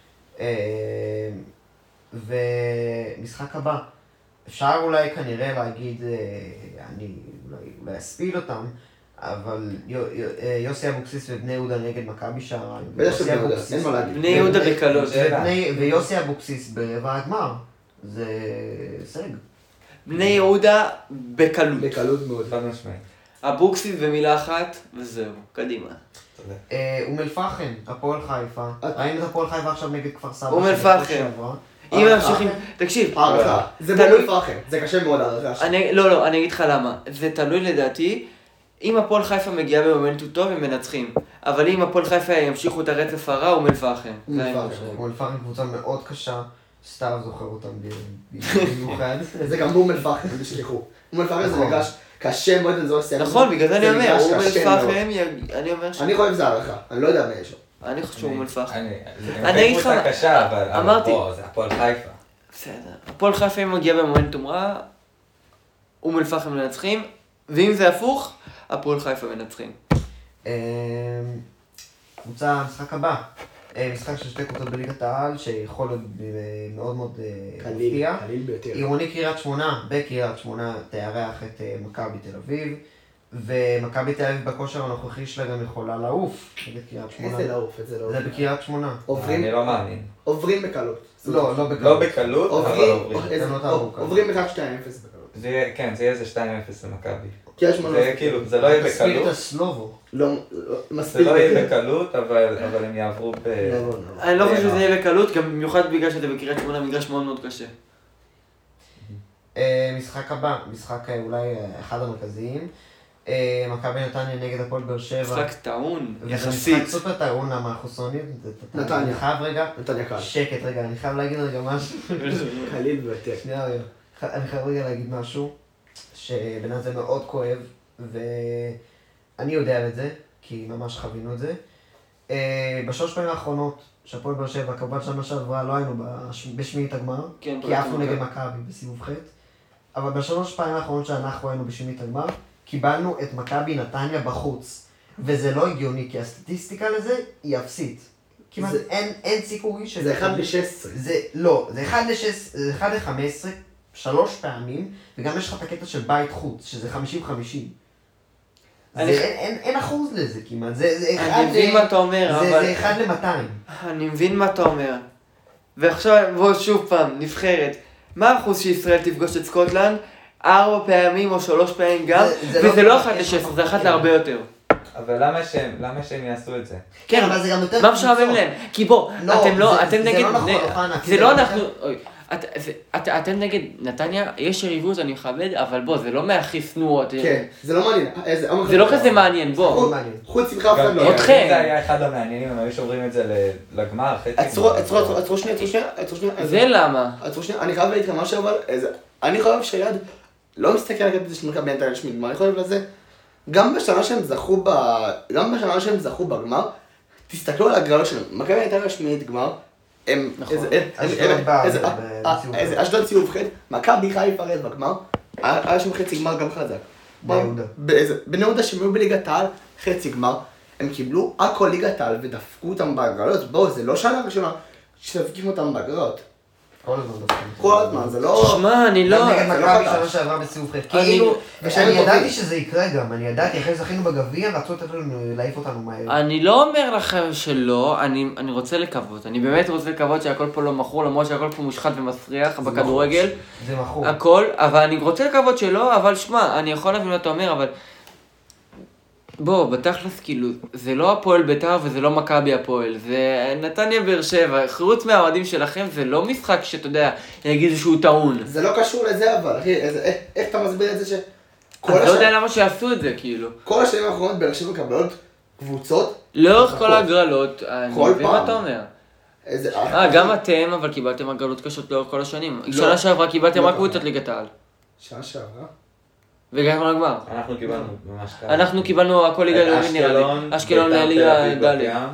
ומשחק הבא, אפשר אולי כנראה להגיד, אני אולי אספיל אותם, אבל יוסי אבוקסיס ובני יהודה נגד מכבי שעריים. בטח שבני יהודה, אין מה להגיד. בני יהודה בקלות. ויוסי אבוקסיס ברבע הגמר, זה הישג. בני יהודה בקלות. בקלות מאוד. חד משמעית. אבוקסיס במילה אחת, וזהו, קדימה. אום אל-פחם, הפועל חיפה. ראינו את הפועל חיפה עכשיו נגד כפר סבא. אום אל-פחם. אם ממשיכים, תקשיב. הערכה, זה באום אל-פחם, זה קשה מאוד הערכה. לא, לא, אני אגיד לך למה. זה תלוי לדעתי, אם הפועל חיפה מגיעה במומנטום טוב, הם מנצחים. אבל אם הפועל חיפה ימשיכו את הרצף הרע, אום אל-פחם. אום אל-פחם קבוצה מאוד קשה, סתיו זוכר אותם במיוחד. זה גם באום אל-פחם, תשכחו. אום אל-פחם זה מגרש קשה מאוד לזו הסיעה. נכון, בגלל זה אני אומר, אום אל-פחם, אני אומר ש... אני חושב שזה הערכה, אני לא יודע מה יש שם. אני חושב אום אל-פחם. אני אגיד לך... זה קשה, אבל פה, זה הפועל חיפה. בסדר. הפועל חיפה אם מגיע במומנטום רע, אום אל-פחם מנצחים, ואם זה הפוך, הפועל חיפה מנצחים. קבוצה, משחק הבא. משחק של שתי קבוצות בליגת העל, שיכול להיות מאוד מאוד מפתיע. קליל ביותר. עירוני קריית שמונה, בקריית שמונה תארח את מכבי תל אביב, ומכבי תל אביב בכושר הנוכחי שלה גם יכולה לעוף נגד קריית שמונה. איזה לעוף, איזה לעוף. זה בקריית שמונה. אני לא מאמין. עוברים בקלות. לא, לא בקלות. לא בקלות, אבל עוברים. עוברים אחד שתיים אפס בקלות. כן, זה יהיה איזה שתיים אפס למכבי. קריית שמונה. זה כאילו, זה לא יהיה בקלות. תספיק את הסלובו. לא, זה לא יהיה בקלות, אבל הם יעברו ב... אני לא חושב שזה יהיה בקלות, גם במיוחד בגלל שזה בקריית שמונה, מגרש מאוד מאוד קשה. משחק הבא, משחק אולי אחד המרכזיים. מכבי נתניה נגד הפועל באר שבע. משחק טעון, יחסית. משחק סופר טעון, למה אנחנו שונאים? נתניה. אני חייב רגע, נתניה קל. שקט רגע, אני חייב להגיד רגע משהו. קליל ביותר. שנייה רגע. אני חייב רגע להגיד משהו, שבעיניי זה מאוד כואב, ואני יודע את זה, כי ממש חווינו את זה. בשלוש פעמים האחרונות, שהפועל באר שבע, כמובן שנה שעברה לא היינו בשמינית הגמר, כי עפנו נגד מכבי בסיבוב ח', אבל בשלוש פעמים האחרונות שאנחנו היינו בשמינית הגמר, קיבלנו את מכבי נתניה בחוץ, וזה לא הגיוני, כי הסטטיסטיקה לזה היא אפסית. כמעט אין, אין סיכוי שזה... זה אחד ל-שש עשרה. זה, לא, זה אחד ל-חמש עשרה, שלוש פעמים, וגם יש לך את הקטע של בית חוץ, שזה חמישים חמישים. אני... זה, אין, אין, אין אחוז לזה כמעט, זה, זה אחד... אני מבין מה אתה אומר, זה, אבל... זה אחד למאתיים. אני מבין מה אתה אומר. ועכשיו, בוא שוב פעם, נבחרת. מה האחוז שישראל תפגוש את סקוטלנד? ארבע פעמים או שלוש פעמים גם, זה, זה וזה לא אחד לשש, זה אחד להרבה יותר. אבל למה שהם, למה שהם יעשו את זה? כן, אבל זה גם יותר... מה משעמם להם? כי בוא, אתם לא, אתם נגד... זה לא נכון, אוחנה. זה לא אנחנו... אתם נגד נתניה, יש יריבות, אני מכבד, אבל בוא, זה לא מהכי שנואות. כן, זה לא מעניין. זה לא כזה מעניין, בוא. חוץ ממך אף אחד לא. אתכם. זה היה אחד המעניינים, הם היו שוברים את זה לגמר, חצי. עצרו, עצרו, עצרו שנייה, עצרו שנייה, עצרו שנייה. זה למה? עצרו שנייה, אני חייב להגיד לך משהו, אבל אני חושב שיד לא מסתכל על זה של מכבי נתניה רשמית, מה אני חושב לזה? גם בשנה שהם זכו ב... גם בשנה שהם זכו בגמר, תסתכלו על הגרלות שלהם, מכבי נתניה רשמית גמר, הם... איזה אשדוד סיבוב ח', מכבי חיפה רבע גמר, היה שם חצי גמר גם חזק. בני יהודה שהם היו בליגת העל, חצי גמר, הם קיבלו הכל ליגת העל ודפקו אותם בהגרלות, בואו, זה לא שנה ראשונה שדפקים אותם בהגרלות. כל הזמן דפקים. כל הזמן, זה לא... שמע, אני לא... גם נגד מכבי שנה שעברה בסיבוב ח'. כאילו, אני ידעתי שזה יקרה גם, אני ידעתי, אחרי זכינו בגביע, רצו להעיף אותנו מהר. אני לא אומר לכם שלא, אני רוצה לקוות, אני באמת רוצה לקוות שהכל פה לא מכור, למרות שהכל פה מושחת ומסריח בכדורגל. זה מכור. הכל, אבל אני רוצה לקוות שלא, אבל שמע, אני יכול להבין מה אתה אומר, אבל... בוא, בתכלס כאילו, זה לא הפועל בית"ר וזה לא מכבי הפועל, זה נתניה באר שבע, חוץ מהאוהדים שלכם זה לא משחק שאתה יודע, יגידו שהוא טעון. זה לא קשור לזה אבל, אחי, איזה- איך- איך אתה מסביר את זה ש... כל אני לא השנים- יודע למה שיעשו את זה, כאילו. כל השנים האחרונות באר שבע מקבלות קבוצות, לאורך כל כל- ההגרלות, אני כל מבין מה פעם. אתה אומר. איזה... אה, גם אתם, אבל קיבלתם הגרלות קשות לאורך כל השנים. לא. שנה שעברה קיבלתם לא רק ככה. קבוצות ליגת העל. שעה שעברה? והגענו לגמר. אנחנו קיבלנו ממש קל. אנחנו קיבלנו הכל ליגה לאומית נראה לי. אשקלון בית"ר ליגה תל אביב ד' בת ים,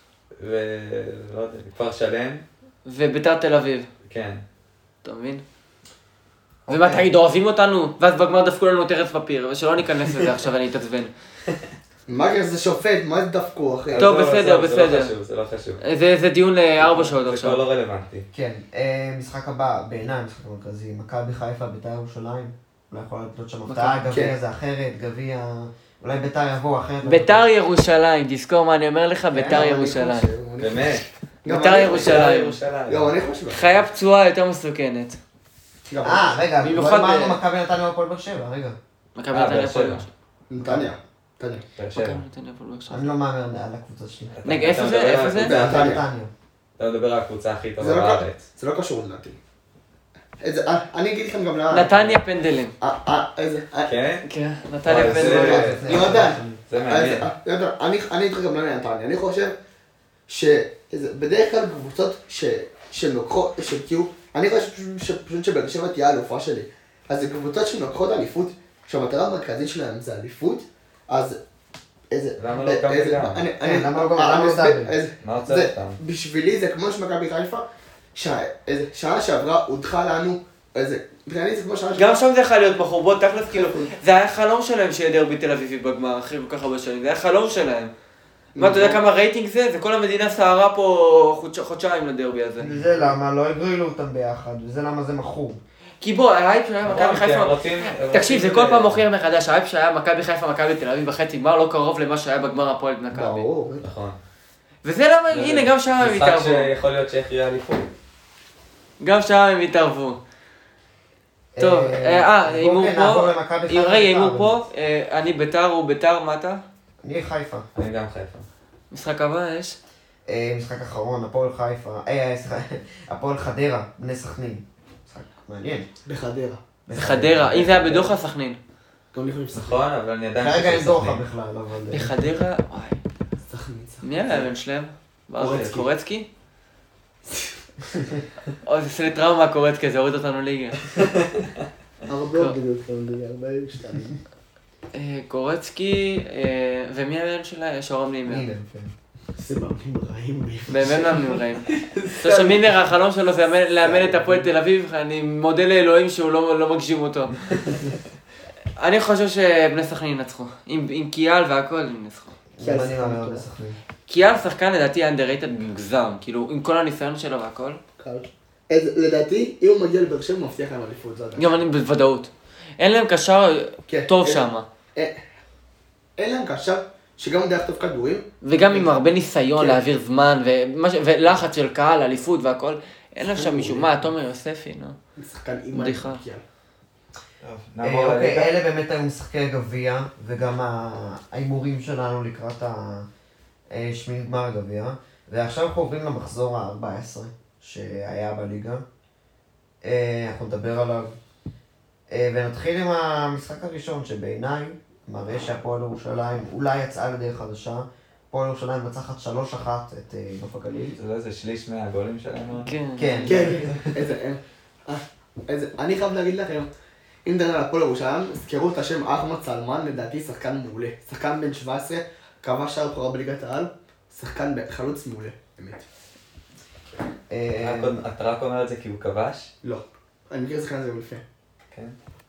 ולא יודע, כפר שלם, וביתר תל אביב. כן. אתה מבין? ומה תגיד, אוהבים אותנו? ואז בגמר דפקו לנו טרף פפיר, ושלא ניכנס לזה עכשיו, אני אתעצבן. מה זה שופט? מה זה דפקו, אחי? טוב, עזוב, בסדר, עזוב, זה לא בסדר. חשוב, זה לא חשוב. זה זה דיון לארבע שעות זה כבר עכשיו. לא רלוונטי. כן, אה, משחק הבא, בעיניי המשחק המרכזי, מכבי חיפה, בית"ר ירושלים. אולי יכולה לקלוט שם הפתעה, כן. גביע זה אחרת, גביע... אולי בית"ר יבוא אחרת. ביתר ירושלים, תזכור מה אני אומר לך, ביתר גם אני ירושלים. חושב, אני- באמת. גם בית"ר אני ירושלים. חושב. גם אני חושב. חיה פצועה יותר מסוכנת. גם אה, רגע, לא במיוחד אמרנו ב- מכבי נתניה והפועל באר שבע, רגע. מכבי אה, נתניה באר הפועל שבע. באר שבע. נתניה. נתניה. באר שבע. מכבי נתניה הפועל באר שבע. אני לא מהמר על הקבוצה שלי. נגד, איפה אתה זה? מדבר איפה על זה? הקבוצה הכי- נתניה. אתה מדבר על הקבוצה הכי זה טובה לא בארץ. זה לא קשור לדעתי. איזה- אה, אני אגיד לכם גם למה. נתניה פנדלים. אה, אה, איזה... אה, כן? כן, וואי, נתניה זה- פנדלים. זה- יונתן. זה אז, מעניין. אה, יונתן, אני אני אגיד לך גם למה נתניה. אני חושב שבדרך כלל קבוצות ש- שלוקחות, שכאילו, אני חושב שפשוט- שפשוט שבאר שבע תהיה האלופה שלי. אז זה קבוצות שלוקחות אליפות, שהמטרה המרכזית שלהם זה אליפות, אז איזה... למה לא אה, גם איזה- וגם? אני- כן, אני- למה לא גם אני וגם אסביר, דאבל? איזה- מה עוצר זה- אותם? בשבילי זה כמו שמכבי חיפה, שאיזה שנה שעברה הודחה לנו, איזה... מבחינתי זה כמו שנה גם שם זה יכול להיות בחור, בוא תכלס כאילו, זה היה חלום שלהם שיהיה דרבי תל אביבי בגמר אחרי כל כך הרבה שנים, זה היה חלום שלהם. מה, אתה יודע כמה רייטינג זה? זה כל המדינה סערה פה חודש- חודשיים לדרבי הזה. וזה למה לא הגרילו אותם ביחד, וזה למה זה מכור. כי בוא, ההייפ שהיה מכבי נכון, כי הם חיפה, רוצים- הם תקשיב, זה רוצים כל פעם ל- מוכיח מחדש, ההייפ שהיה מכבי חיפה, מכבי תל אביב בחצי גמר לא קרוב למה שהיה בגמר הפועל מכבי. ברור. נכון. וזה למה, הנה גם שם הם משחק התערבו. שיכול להיות שיכריע אליפות. גם שם הם התערבו. טוב, אה, אה, אז הימור אוקיי, נעבור פה, למכבי חיפה, רגע, הימור בית"ר. פה, אה, אני ביתר, הוא ביתר, מה אתה? אני חיפה. אני גם חיפה. משחק הבא יש? אה, משחק אחרון, הפועל חיפה, אה, אה, סליחה, הפועל חדרה, בני סכנין. משחק מעניין. בחדרה. בחדרה, אם זה היה בדוחה, סכנין. גם יכולים לשחק. נכון, אבל אני עדיין כרגע אין חושב דוחה סכנין. בכלל, אבל... בחדרה, וואי. סכנין, סכנין. מי המאמן שלהם? קורצקי. קורצקי? אוי, זה עושה לי טראומה קורצקי, זה הוריד אותנו ליגה. הרבה בדיוק, ארבעים ושתיים. אה, קורצקי, אה, ומי המאמן שלה? שרון נימר. הנה, כן. זה מאמנים רעים לי. באמת מאמנים רעים. אתה חושב שמינר החלום שלו זה לאמן- לאמן את הפועל תל אביב, אני מודה לאלוהים שהוא לא לא מגשים אותו. אני חושב שבני סכנין ינצחו. עם עם קיאל והכל הם ינצחו. גם אני מהמר בני סכנין. קיאל שחקן לדעתי underrated מוגזם, כאילו עם כל הניסיון שלו והכל. קל. אז לדעתי, אם הוא מגיע לבאר שבע, הוא מבטיח להם אליפות, זה הדבר. גם אני בוודאות. אין להם קשר כן. טוב אין- שם. אין- אין להם קשר, שגם הוא יודע לכתוב כדורים. וגם עם הרבה ניסיון כן. להעביר זמן, ומה ש- ולחץ של קהל, אליפות והכל. אין להם שם מישהו, מה, תומר יוספי, נו. שחקן אימא. בדיחה. כן. טוב, אה, נעבור אוקיי, לליגה. אלה באמת היו משחקי הגביע, וגם ה- ההימורים שלנו לקראת השמינית גמר הגביע. ועכשיו אנחנו עוברים למחזור ה-ארבע עשרה שהיה בליגה. אה, אנחנו נדבר עליו. אה, ונתחיל עם המשחק הראשון, שבעיניי מראה שהפועל ירושלים אולי יצאה לדרך חדשה. הפועל ירושלים מנצחת שלוש אחת את אה, נוף הגליל. זה לא איזה שליש מהגולים שלנו? כן. כן. כן, איזה... אה, אה, איזה... אני חייב להגיד לכם, אם נדבר על הפועל ירושלים, זכרו את השם אחמד סלמן, לדעתי שחקן מעולה. שחקן בן שבע עשרה, כבש שער בכורה בליגת העל, שחקן חלוץ מעולה, באמת. אה, רק עוד- אתה רק אומר את זה כי הוא כבש? לא. אני מכיר שחקן הזה יפה. כן.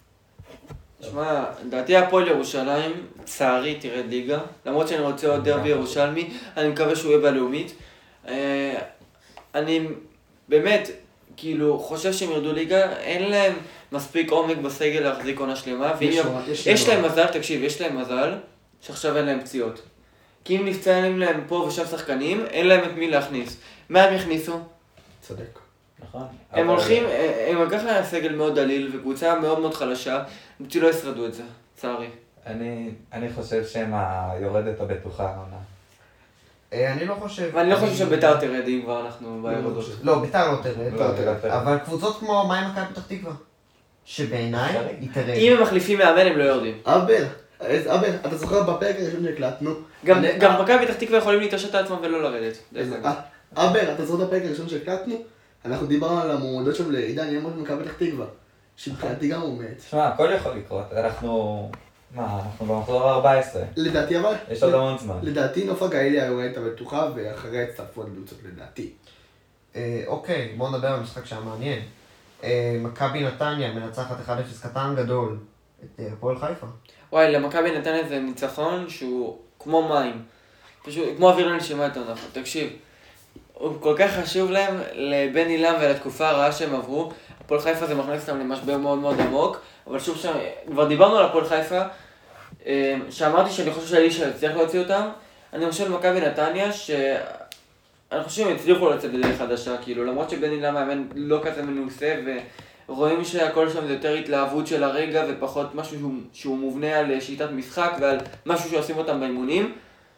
שמע, לדעתי הפועל ירושלים, צערי תרד ליגה, למרות שאני רוצה עוד דרבי ירושלמי, אני מקווה שהוא יהיה בלאומית. אה, אני באמת, כאילו, חושב שהם ירדו ליגה, אין להם מספיק עומק בסגל להחזיק עונה שלמה, ואם יש יב- לו- יש יש לו- להם מזל, תקשיב, יש להם מזל, שעכשיו אין להם פציעות. כי אם נפצעים להם פה ושם שחקנים, אין להם את מי להכניס. מה הם יכניסו? צודק. נכון. הם אבל- הולכים, הם גם ככה סגל מאוד דליל וקבוצה מאוד מאוד חלשה, פשוט לא ישרדו את זה, צערי. אני, אני חושב שהם היורדת הבטוחה העונה. אני לא חושב... ואני לא חושב שביתר תרד אם כבר אנחנו ביורדות. לא, ביתר לא תרד. לא תרד. אבל קבוצות כמו מים מכבי פתח תקווה, שבעיניי היא תרד. אם הם מחליפים מאמן הם לא יורדים. אבל, אבל, אתה זוכר בפרק הראשון שהקלטנו? גם מכבי פתח תקווה יכולים להתעשת את עצמם ולא לרדת. אבל, אתה זוכר בפרק הראשון שהקלטנו? אנחנו דיברנו על המועמדות שם לעידן ימות מכבי פתח תקווה. שמבחינתי גם הוא מת. תשמע, הכל יכול לקרות. אנחנו... מה, אנחנו במחזור ארבע עשרה. לדעתי אבל... יש עוד המון זמן. לדעתי נוף הגליל היורדת הבטוחה ואחרי הצטרפו עוד קבוצות לדעתי. אוקיי, בואו נדבר על משחק שהיה מעניין. מכבי נתניה מנצחת אחד אפס קטן גדול את הפועל חיפה. וואי, למכבי נתניה זה ניצחון שהוא כמו מים. פשוט, כמו אוויר לנשימה יותר נכון. תקשיב, הוא כל כך חשוב להם לבן אילם ולתקופה הרעה שהם עברו. הפועל חיפה זה מכניס אותם למשבר מאוד מאוד עמוק, אבל שוב שם, כבר דיברנו על הפועל חיפה, שאמרתי שאני חושב שאלישע יצליח להוציא אותם. אני חושב למכבי נתניה שאני חושב שהם הצליחו לצאת בדרך חדשה, כאילו, למרות שבן אילם מאמן לא כזה מנוסה, ורואים שהכל שם זה יותר התלהבות של הרגע ופחות משהו שהוא, שהוא מובנה על שיטת משחק ועל משהו שעושים אותם באימונים.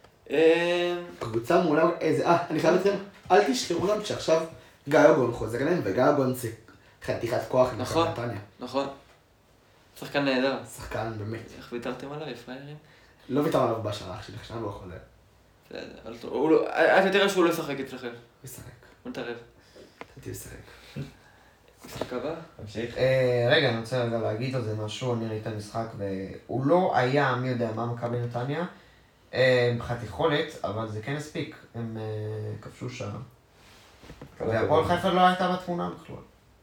קבוצה מעולה, איזה, אה, אני חייב אתכם, אל תשכחו גם שעכשיו גיא אוגון חוזר אליהם, וגיא אוגון זה חתיכת כוח עם מכבי נתניה. נכון. שחקן נהדר. שחקן באמת. איך ויתרתם עליו, פריירים? לא ויתרנו עליו בשנה, כשנכשלנו לא חולה. בסדר, אתה תראה שהוא לא ישחק אצלכם. הוא ישחק. הוא נתערב. הייתי ישחק. משחק הבא? תמשיך. רגע, אני רוצה רגע להגיד על זה משהו, אני ראיתי את המשחק, והוא לא היה מי יודע מה מכבי נתניה, מבחינת יכולת, אבל זה כן הספיק, הם כבשו שעה. והפועל חיפה לא הייתה בתמונה בכלל.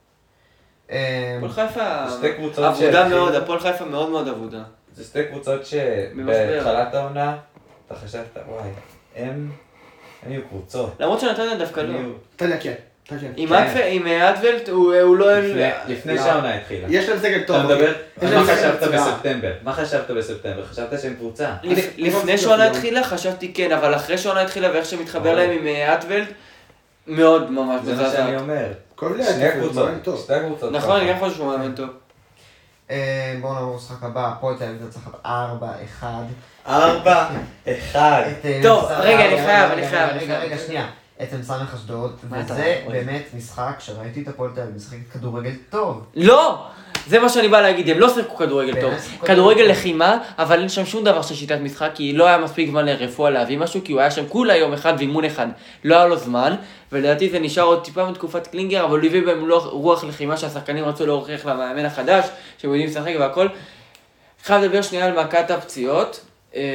הפועל חיפה שתי קבוצות עבודה מאוד, הפועל חיפה מאוד מאוד עבודה. זה שתי קבוצות שבהתחלת העונה, אתה חשבת, וואי, הם יהיו קבוצות. למרות שנתניה דווקא לא. נתניה כן. עם אדוולט הוא לא... לפני שהעונה התחילה. יש להם סגל טוב. אתה מדבר, מה חשבת בספטמבר? מה חשבת בספטמבר? חשבת שהם קבוצה? לפני שהעונה התחילה חשבתי כן, אבל אחרי שהעונה התחילה ואיך שמתחבר להם עם אדוולט, מאוד ממש זה מה שאני אומר. שני הקבוצות, שתי הקבוצות. נכון, אני גם חושב שהוא מאמן טוב. בואו נעבור לשחק הבא, הפועל תל אביב נצחת ארבע אחד. ארבע אחד. טוב, רגע, אני חייב, אני חייב. רגע, רגע, שנייה. את אמסמך אשדוד, וזה באמת משחק שראיתי את הפועל תל אביב, משחק כדורגל טוב. לא! זה מה שאני בא להגיד, הם לא שיחקו כדורגל טוב. כדורגל לחימה, אבל אין שם שום דבר של שיטת משחק, כי לא היה מספיק זמן לרפואה להביא משהו, כי הוא היה שם כולה יום אחד ואימון אחד. לא היה לו זמן, ולדעתי זה נשאר עוד טיפה מתקופת קלינגר, אבל הוא הביא בהם רוח לחימה שהשחקנים רצו להוכיח למאמן החדש, שהם יודעים לשחק והכל. חייב לדבר שנייה על מכת הפציעות.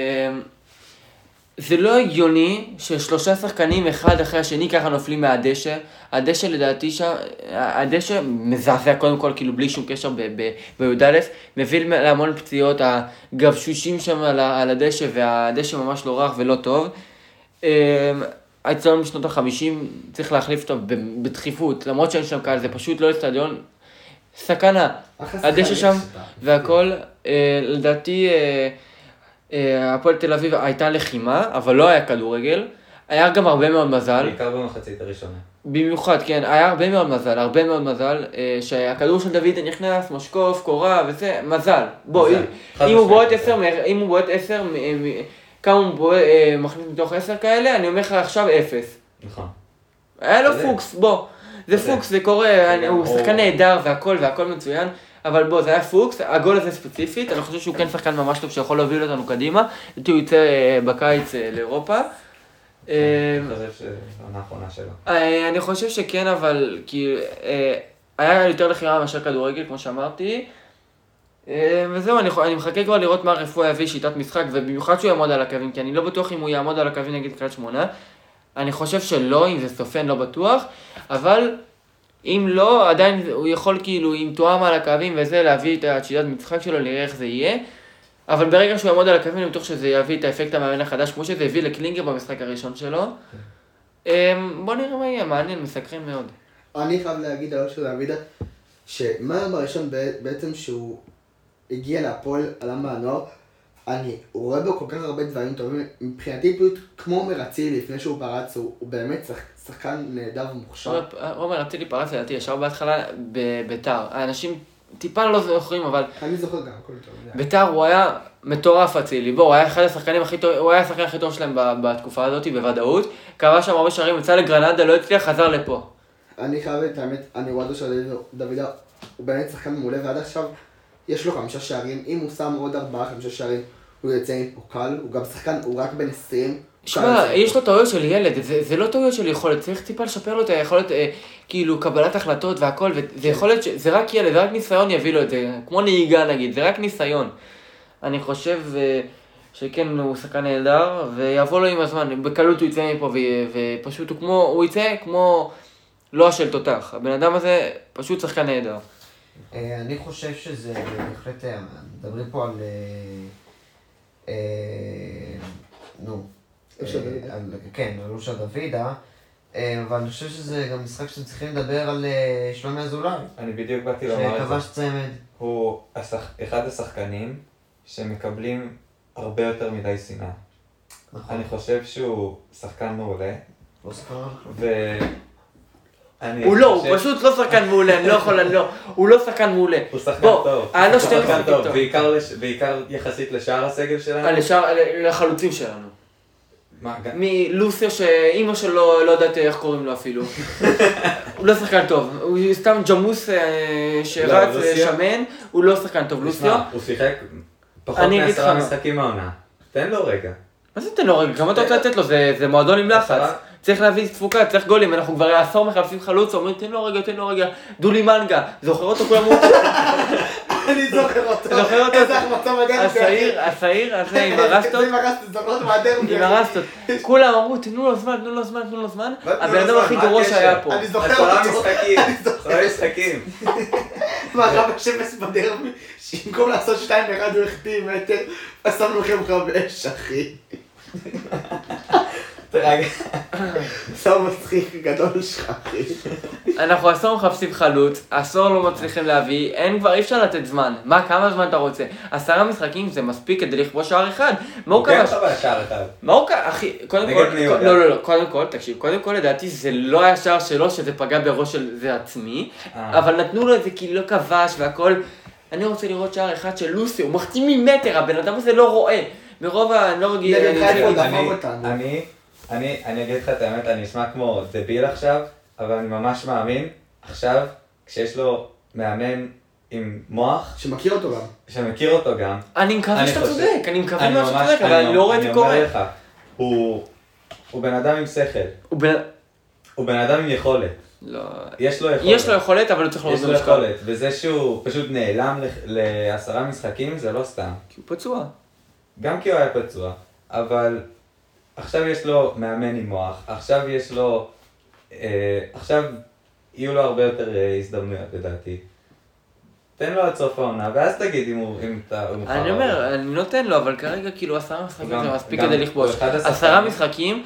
זה לא הגיוני ששלושה שחקנים אחד אחרי השני ככה נופלים מהדשא. הדשא לדעתי שם, הדשא מזעזע קודם כל כאילו בלי שום קשר בי"א, מביא להמון פציעות, הגבשושים שם על הדשא והדשא ממש לא רך ולא טוב. האצטדיון בשנות החמישים צריך להחליף אותו בדחיפות, למרות שאין שם קהל, זה פשוט לא אצטדיון, סכנה. הדשא שם והכל, לדעתי הפועל תל אביב הייתה לחימה, אבל לא היה כדורגל. היה גם הרבה מאוד מזל. בעיקר במחצית הראשונה. במיוחד, כן, היה הרבה מאוד מזל, הרבה מאוד מזל, שהכדור של דוד נכנס, משקוף, קורה, וזה, מזל. בוא, אם הוא בועט עשר, אם הוא בועט עשר, כמה הוא מכניס מתוך עשר כאלה, אני אומר לך עכשיו אפס. נכון. היה לו פוקס, בוא. זה פוקס, זה קורה, הוא שחקן נהדר והכל, והכל מצוין. אבל בוא, זה היה פוקס, הגול הזה ספציפית, אני חושב שהוא כן שחקן ממש טוב שיכול להוביל אותנו קדימה, הוא יצא בקיץ לאירופה. אני חושב שזו העונה האחרונה שלו. אני חושב שכן, אבל כי היה יותר לחימה מאשר כדורגל, כמו שאמרתי. וזהו, אני מחכה כבר לראות מה הרפואה יביא שיטת משחק, ובמיוחד שהוא יעמוד על הקווים, כי אני לא בטוח אם הוא יעמוד על הקווים נגד קריית שמונה. אני חושב שלא, אם זה סופן לא בטוח, אבל אם לא, עדיין הוא יכול כאילו, אם תואם על הקווים וזה, להביא את השיטת משחק שלו, נראה איך זה יהיה. אבל ברגע שהוא יעמוד על הקווים, אני בטוח שזה יביא את האפקט המאמן החדש, כמו שזה הביא לקלינגר במשחק הראשון שלו. בוא נראה מה יהיה, מעניין, מסקרים מאוד. אני חייב להגיד על אושר דוד, שמהיום הראשון בעצם שהוא הגיע להפועל, עלה מהנוער, אני רואה בו כל כך הרבה דברים טובים, מבחינתי פשוט כמו מרצילי לפני שהוא פרץ, הוא באמת שחקן נהדר ומוכשר. עומר אצילי פרץ לדעתי ישר בהתחלה בביתר, האנשים טיפה לא זוכרים, אבל אני זוכר גם, הכל טוב. ביתר הוא היה מטורף אצילי, בוא, הוא היה אחד השחקנים הכי טוב, הוא היה השחקן הכי טוב שלהם בתקופה הזאת, בוודאות, קבע שם הרבה שערים, יצא לגרנדה, לא הצליח, חזר לפה. אני חייב את האמת, אני רואה של דוידה, הוא באמת שחקן מעולה, ועד עכשיו יש לו חמישה שערים, אם הוא שם עוד ארבעה, חמישה שערים, הוא יוצא הוא קל, הוא גם שחקן, הוא רק בן עשרים. שמע, יש לו טעויות של ילד, זה, זה לא טעויות של יכולת, צריך טיפה לשפר לו את היכולת, אה, כאילו, קבלת החלטות והכל, וזה יכולת, ש... זה רק ילד, זה רק ניסיון יביא לו את זה, כמו נהיגה נגיד, זה רק ניסיון. אני חושב אה, שכן, הוא שחקן נהדר, ויבוא לו עם הזמן, בקלות הוא יצא מפה, ו... ופשוט הוא כמו, הוא יצא כמו לא השל תותח, הבן אדם הזה פשוט שחקן נהדר. אני חושב שזה בהחלט, מדברים פה על, נו, כן, על אושר דוידה, אבל אני חושב שזה גם משחק שאתם צריכים לדבר על שלומי אזולאי. אני בדיוק באתי לומר את זה. שכבש צמד. הוא אחד השחקנים שמקבלים הרבה יותר מדי שנאה. אני חושב שהוא שחקן מעולה. לא שחקן מעולה. הוא לא, הוא פשוט לא שחקן מעולה, אני לא יכול, אני לא, הוא לא שחקן מעולה. הוא שחקן טוב. היה לו שתי משחקים טוב. בעיקר יחסית לשאר הסגל שלנו. לחלוצים שלנו. מה? מלוסיו שאימא שלו לא יודעת איך קוראים לו אפילו. הוא לא שחקן טוב, הוא סתם ג'מוס שרץ שמן, הוא לא שחקן טוב, לוסיו. הוא שיחק פחות מעשרה משחקים מהעונה. תן לו רגע. מה זה תן לו רגע? כמה אתה רוצה לתת לו? זה מועדון עם לחץ. צריך להביא תפוקה, צריך גולים, אנחנו כבר עשור מחפשים חלוץ, אומרים תן לו רגע, תן לו רגע, דולי מנגה, זוכר אותו כולם הוא... אני זוכר אותו, זוכר אותו, איזה החמצה בדרך. השעיר, השעיר הזה עם הרסטות, זה עם הרסטות, זוכר אותו מהדרך. עם הרסטות, כולם אמרו תנו לו זמן, תנו לו זמן, תנו לו זמן, הבן אדם הכי גרוע שהיה פה. אני זוכר אותו. עשרה משחקים, עשרה משחקים. מה, רב השמש בדרך, שבמקום לעשות שתיים אחד הוא החטיא מטר, עשינו לכם חמש, אחי. תרגע. סוף מצחיק גדול שלך, אחי. אנחנו עשור מחפשים חלוץ, עשור לא מצליחים להביא, אין כבר, אי אפשר לתת זמן. מה, כמה זמן אתה רוצה? עשרה משחקים זה מספיק כדי לכבוש שער אחד. מה הוא כבש? הוא כן כבש שער אחד. מה הוא כבש? אחי, קודם כל, לא, לא, לא, קודם כל, תקשיב, קודם כל לדעתי זה לא היה שער שלו, שזה פגע בראש של זה עצמי, אבל נתנו לו את זה כי לא כבש והכל. אני רוצה לראות שער אחד של לוסי, הוא מחטיא ממטר, הבן אדם הזה לא רואה. מרוב ה... אני לא רגיל... אני, אני, אני אגיד לך את האמת, אני אשמע כמו דביל עכשיו, אבל אני ממש מאמין, עכשיו, כשיש לו מאמן עם מוח, שמכיר אותו גם. שמכיר אותו גם. אני מקווה שאתה צודק, אני מקווה מאוד שאתה צודק, אבל אני לא רואה את זה קורה. אני אומר לך, הוא בן אדם עם שכל. הוא בן אדם עם יכולת. לא... יש לו יכולת. יש לו יכולת, אבל הוא צריך לראות במשקל. יש לו יכולת, וזה שהוא פשוט נעלם לעשרה משחקים, זה לא סתם. כי הוא פצוע. גם כי הוא היה פצוע, אבל עכשיו יש לו מאמן עם מוח, עכשיו יש לו, אה, עכשיו יהיו לו הרבה יותר הזדמנויות לדעתי. תן לו עד סוף העונה, ואז תגיד אם הוא מוכר. אני אומר, אני נותן לו, אבל כרגע כאילו עשרה משחקים זה מספיק כדי לכבוש. עשרה משחקים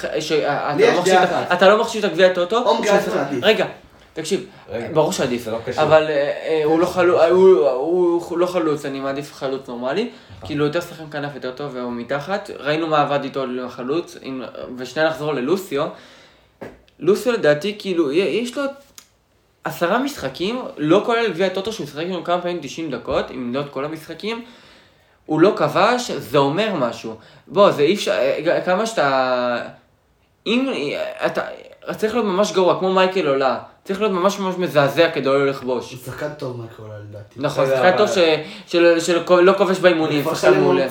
שאתה לא מחשיב את הגביע הטוטו. רגע, תקשיב, ברור שעדיף, אבל הוא לא חלוץ, אני מעדיף חלוץ נורמלי, כאילו יותר שחקן כנף יותר טוב והוא מתחת, ראינו מה עבד איתו לחלוץ, ושנייה נחזור ללוסיו, לוסיו לדעתי כאילו, יש לו עשרה משחקים, לא כולל גביע הטוטו שהוא משחק עם כמה פעמים תשעים דקות, אם נדעות כל המשחקים, הוא לא כבש, זה אומר משהו, בוא, זה אי אפשר, כמה שאתה, אם אתה, צריך להיות ממש גרוע, כמו מייקל עולה, צריך להיות ממש ממש מזעזע כדי לא לכבוש. הוא שחקן טוב מייקל עולה לדעתי. נכון, שחקן טוב שלא כובש באימונים, שחקן מעולה.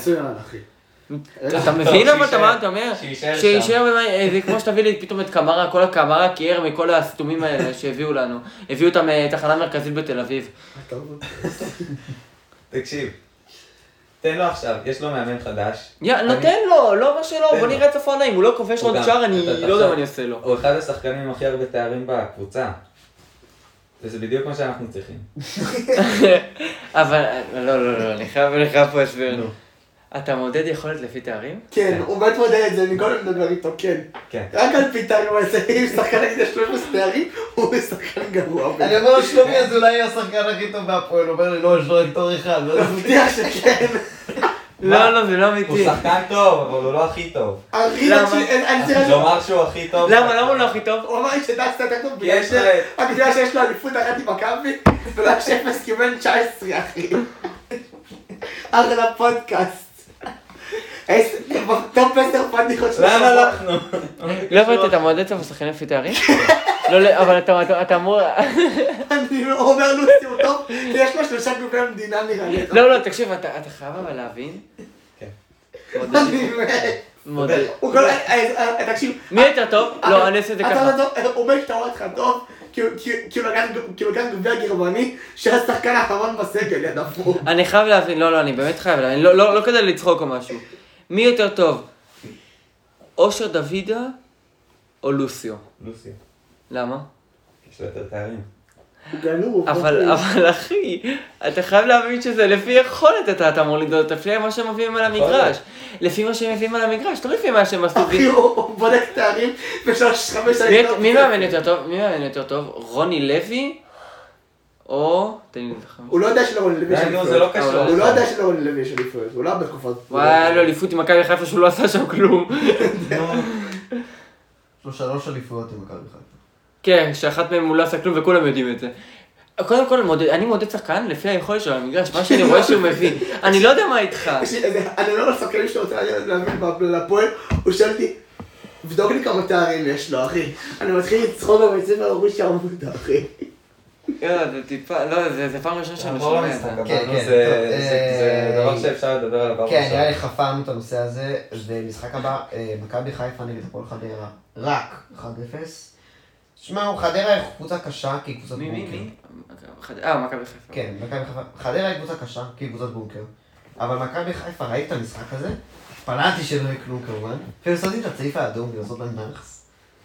אתה מבין אבל אתה אומר? שישאר במים, זה כמו שתביא לי פתאום את קמרה, כל הקמרה קייר מכל הסתומים האלה שהביאו לנו. הביאו אותם תחנה מרכזית בתל אביב. תקשיב, תן לו עכשיו, יש לו מאמן חדש. נותן לו, לא מה שלא, בוא נראה את צפון נעים, הוא לא כובש עוד שער, אני לא יודע מה אני אעשה לו. הוא אחד השחקנים עם הכי הרבה תארים בקבוצה. וזה בדיוק מה שאנחנו צריכים. אבל, לא, לא, לא, אני חייב פה הסבר. אתה מודד יכולת לפי תארים? כן, הוא באמת מודד את זה, אני כל הזמן מדבר איתו, כן. רק על פי תארים, אם שחקן נגיד יש לו תארים, הוא שחקן גרוע. אני אומר לו שלומי אזולאי השחקן הכי טוב בהפועל, הוא אומר לי לא, יש לו רק תור אחד. מבטיח שכן. לא, לא, זה לא הוא אמיתי. שחקן טוב, אבל הוא לא הכי טוב. הכי למה? טוב שלי, אני צריך... לומר שהוא הכי טוב. למה? למה הוא לא הכי טוב? הוא אמר לי שדסת יותר טוב כי יש בגלל לך- רק בגלל שיש לו אליפות אחת עם מכבי, ולא אפס קיבל תשע עשרה אחי. אחלה פודקאסט. טופ עשר פדיחות של לאן השבוע. הלכנו? לא הבנתי, אתה מעודד את השחקנים לפי תארים? לא, לא, אבל אתה- אתה- אתה אמור... אני אומר לוסי הוא טוב, כי יש לו שלושה גובי המדינה נראה לי. לא, לא, תקשיב, אתה אתה חייב אבל להבין. כן. מעודד- אני מת. מעודד. הוא כל... אה, אה, תקשיב. מי יותר טוב? לא, אני אעשה את זה אתה ככה. לא טוב, הוא אומר שאתה רואה אותך טוב, כי הוא- כי- כי הוא לקח- כי הוא לקח גביע גרמני, שהשחקן האחרון בסגל ידפו. אני חייב להבין, לא, לא, אני באמת חייב להבין, לא, לא, לא כדי לצחוק או משהו. מי יותר טוב? אושר דוידה או לוסיו? לוסיו. למה? יש לו יותר תארים. הוא גנוב. אבל, אבל אחי, אתה חייב להבין שזה לפי יכולת אתה, אתה אמור לדעות, לפי מה שהם מביאים על המגרש. לפי מה שהם מביאים על המגרש, לא לפי מה שהם עשו. אחי, הוא הוא בודק תארים בשלוש חמש מי- שנים. מי מאמן יותר טוב? מי מאמן יותר טוב? רוני לוי? או... תן לי לזכר. הוא לא יודע שלרוני לוי יש די, נו, אליפויות. זה לא קשור. הוא לא יודע שלרוני לוי יש אליפויות, הוא לא בתקופות. וואי, היה לו אליפות עם מכבי חיפה שהוא לא עשה שם כלום. יש לו שלוש אליפויות עם מכבי חיפה. כן, שאחת מהם הוא לא עשה כלום וכולם יודעים את זה. קודם כל, מודד- אני מודד שחקן לפי היכולת שלו על המגרש, מה שאני רואה שהוא מביא. אני לא יודע מה איתך. יש לי איזה- אני אומר לשחקנים שרוצה להבין לפועל, הוא שואל אותי, בדוק לי כמה תארים יש לו, אחי. אני מתחיל לצחוק בבית ספר, אמרו שהרמות, אחי. לא, זה טיפה, לא, זה זה פעם ראשונה שאני נעבור שומע את למשחק זה. הבא, כן, נו, כן, זה- טוב, זה- זה אה, דבר שאפשר לדבר עליו. כן, נראה לי חפרנו את הנושא הזה, ומשחק הבא, אה, מכבי חיפה נגד הפועל חדרה, רק אחד אפס. תשמעו, חדרה היא קבוצה קשה, כי היא קבוצת מי, מי, בונקר. מי? אה, מכבי חיפה. כן, מכבי חיפה, חדרה היא קבוצה קשה, כי היא קבוצת בונקר. אבל מכבי חיפה, ראית את המשחק הזה? התפללתי שלא יהיה כלום כמובן, והם שמים את הצעיף האדום ולעשות להם נאחס.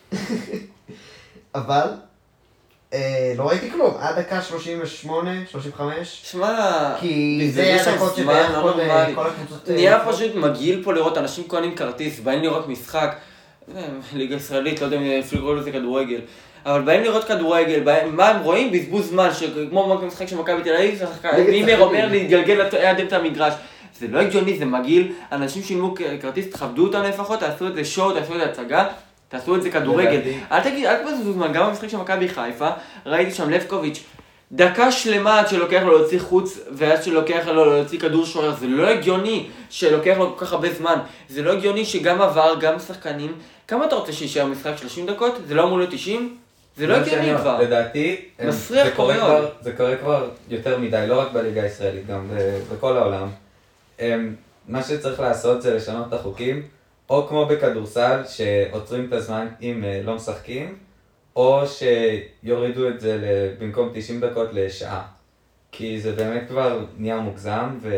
אבל, אה, לא ראיתי כלום, עד דקה שלושים ושמונה, שלושים וחמש. שמע, כי זה בזבזו שם הדקות זמן שבערך לא כל- נורמלי. כל הקבוצות... אה, נהיה פשוט מגעיל פה לראות, אנשים קונים כרטיס, באים לראות משחק, אה, ליגה ישראלית, לא יודע אם אפילו לקרוא לזה כדורגל, אבל באים לראות כדורגל, באים- מה הם רואים? בזבוז זמן, כמו משחק של מכבי תל אביב, נגד מימר שחקנים. אומר להתגלגל לידם את המגרש. זה לא הגיוני, זה מגעיל, אנשים שילמו כ- כרטיס, תכבדו אותנו לפחות, תעשו את זה שואו, תעשו את זה הצגה, תעשו את זה כדורגל. לדעתי. אל תגיד, אל תבזבזו זמן, גם במשחק של מכבי חיפה, ראיתי שם לבקוביץ', דקה שלמה עד שלוקח לו להוציא חוץ, ועד שלוקח לו להוציא כדור שוער, זה לא הגיוני שלוקח לו כל כך הרבה זמן, זה לא הגיוני שגם עבר, גם שחקנים, כמה אתה רוצה שישאר משחק? שלושים דקות? זה לא אמור להיות תשעים? זה לא הגיוני כבר. לדעתי, הם- מסריח זה קורה מאוד. כבר- זה קורה כבר יותר מדי, לא רק בליגה הישראלית, גם ב- בכל העולם. הם- מה שצריך לעשות זה לשנות את החוקים, או כמו בכדורסל, שעוצרים את הזמן אם אה, לא משחקים, או שיורידו את זה ל- במקום תשעים דקות לשעה. כי זה באמת כבר נהיה מוגזם, ו...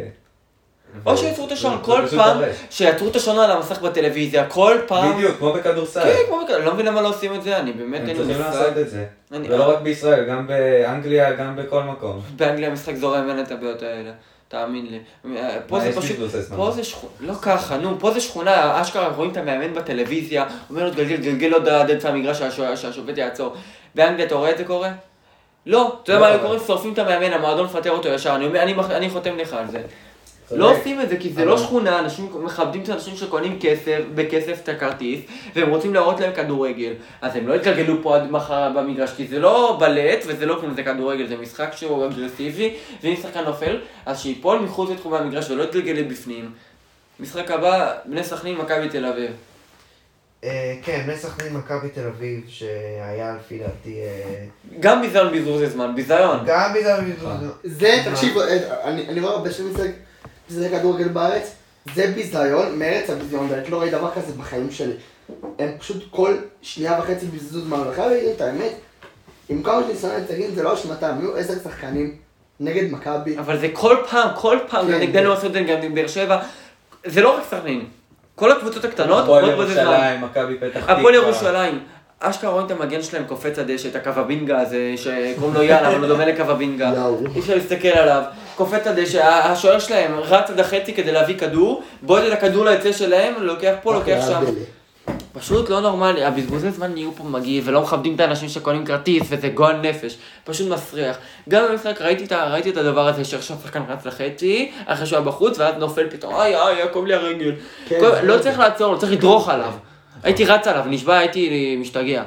או ו- שיצרו את השעון, זה כל פשוט פעם, דורש. שיצרו את השעון על המסך בטלוויזיה, כל פעם. בדיוק, כמו בכדורסל. כן, כמו בכלל, לא מבין למה לא עושים את זה, אני באמת הם אין לי צריכים מושג. לעשות את זה. אני- ולא רק בישראל, גם באנגליה, גם בכל מקום. באנגליה המשחק זורם, אין את הבעיות האלה, תאמין לי. פה מה, זה יש פשוט, בזבוזי זמן. פה זה שכונה, לא ככה, נו, פה זה שכונה, אשכרה רואים את המאמן בטלוויזיה, אומר לו גלגל, גלגל עוד עד אמצע המגרש שהשו- שהשופט יעצור. באנגליה אתה רואה את זה קורה? לא, אתה יודע לא, מה היו אבל- קוראים? שורפים את המאמן, המועדון מפטר אותו ישר, אני אומר, אני מח- אני חותם לך על זה. צודק. לא עושים את זה כי זה אבל- לא שכונה, אנשים מכבדים את האנשים שקונים כסף, בכסף את הכרטיס, והם רוצים להראות להם כדורגל, אז הם לא יתגלגלו פה עד מחר במגרש, כי זה לא בלט וזה לא כלום, זה כדורגל, זה משחק שהוא אגרסיבי, ואם שחקן נופל, אז שיפול מחוץ לתחומי המגרש ולא יתגלגל בפנים. משחק הבא, בני סכנין, מכבי תל אביב. אה, כן, בני סכנין מכבי תל אביב, שהיה לפי דעתי... אה, גם ביזיון בזבוז זמן, ביזיון. גם בגלל... זה, תקשיבו, אני אני רואה הרבה שנים משחק משחק כדורגל בארץ, זה ביזיון, מארץ הביזיון, ואני לא ראיתי דבר כזה בחיים שלי. הם פשוט כל שנייה וחצי בזבזו זמן, ואני חייב להגיד את האמת, עם כמה שניסיון לצגים זה לא אשמתם, היו עשר שחקנים נגד מכבי. אבל זה כל פעם, כל פעם, כן, גם נגדנו כן. עשו את זה, גם באר שבע, זה לא רק סכנין. כל הקבוצות הקטנות, הפועל עוברות בזה זמן. ירושלים, מכבי פתח תקווה. הפועל ירושלים, אשכרה רואים את המגן שלהם קופץ הדשא, את הקוואבינגה הזה, שקוראים לו יאללה, אבל הוא דומה לקוואבינגה. יאו. אי אפשר להסתכל עליו. קופץ הדשא, השוער שלהם רץ עד החצי כדי להביא כדור, בועט את הכדור ליצא שלהם, לוקח פה, לוקח שם. פשוט לא נורמלי, הבזבוזי זמן נהיו פה מגעיל, ולא מכבדים את האנשים שקונים כרטיס, וזה גועל נפש, פשוט מסריח. גם במשחק ראיתי, ראיתי את הדבר הזה, שעכשיו שחקן רץ לחצי, אחרי שהוא היה בחוץ, ואז נופל פתאום, איי, איי, יעקב לי הרגל. כן, כל, זה לא זה. צריך לעצור, לא צריך לדרוך עליו. הייתי רץ עליו, נשבע, הייתי משתגע.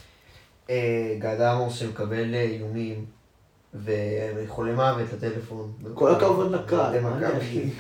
אה, גד עמוס שמקבל אה, איומים, וחולה מוות לטלפון. כל הכבוד לקהל, אוהדי מה אני מכבי. אגיד?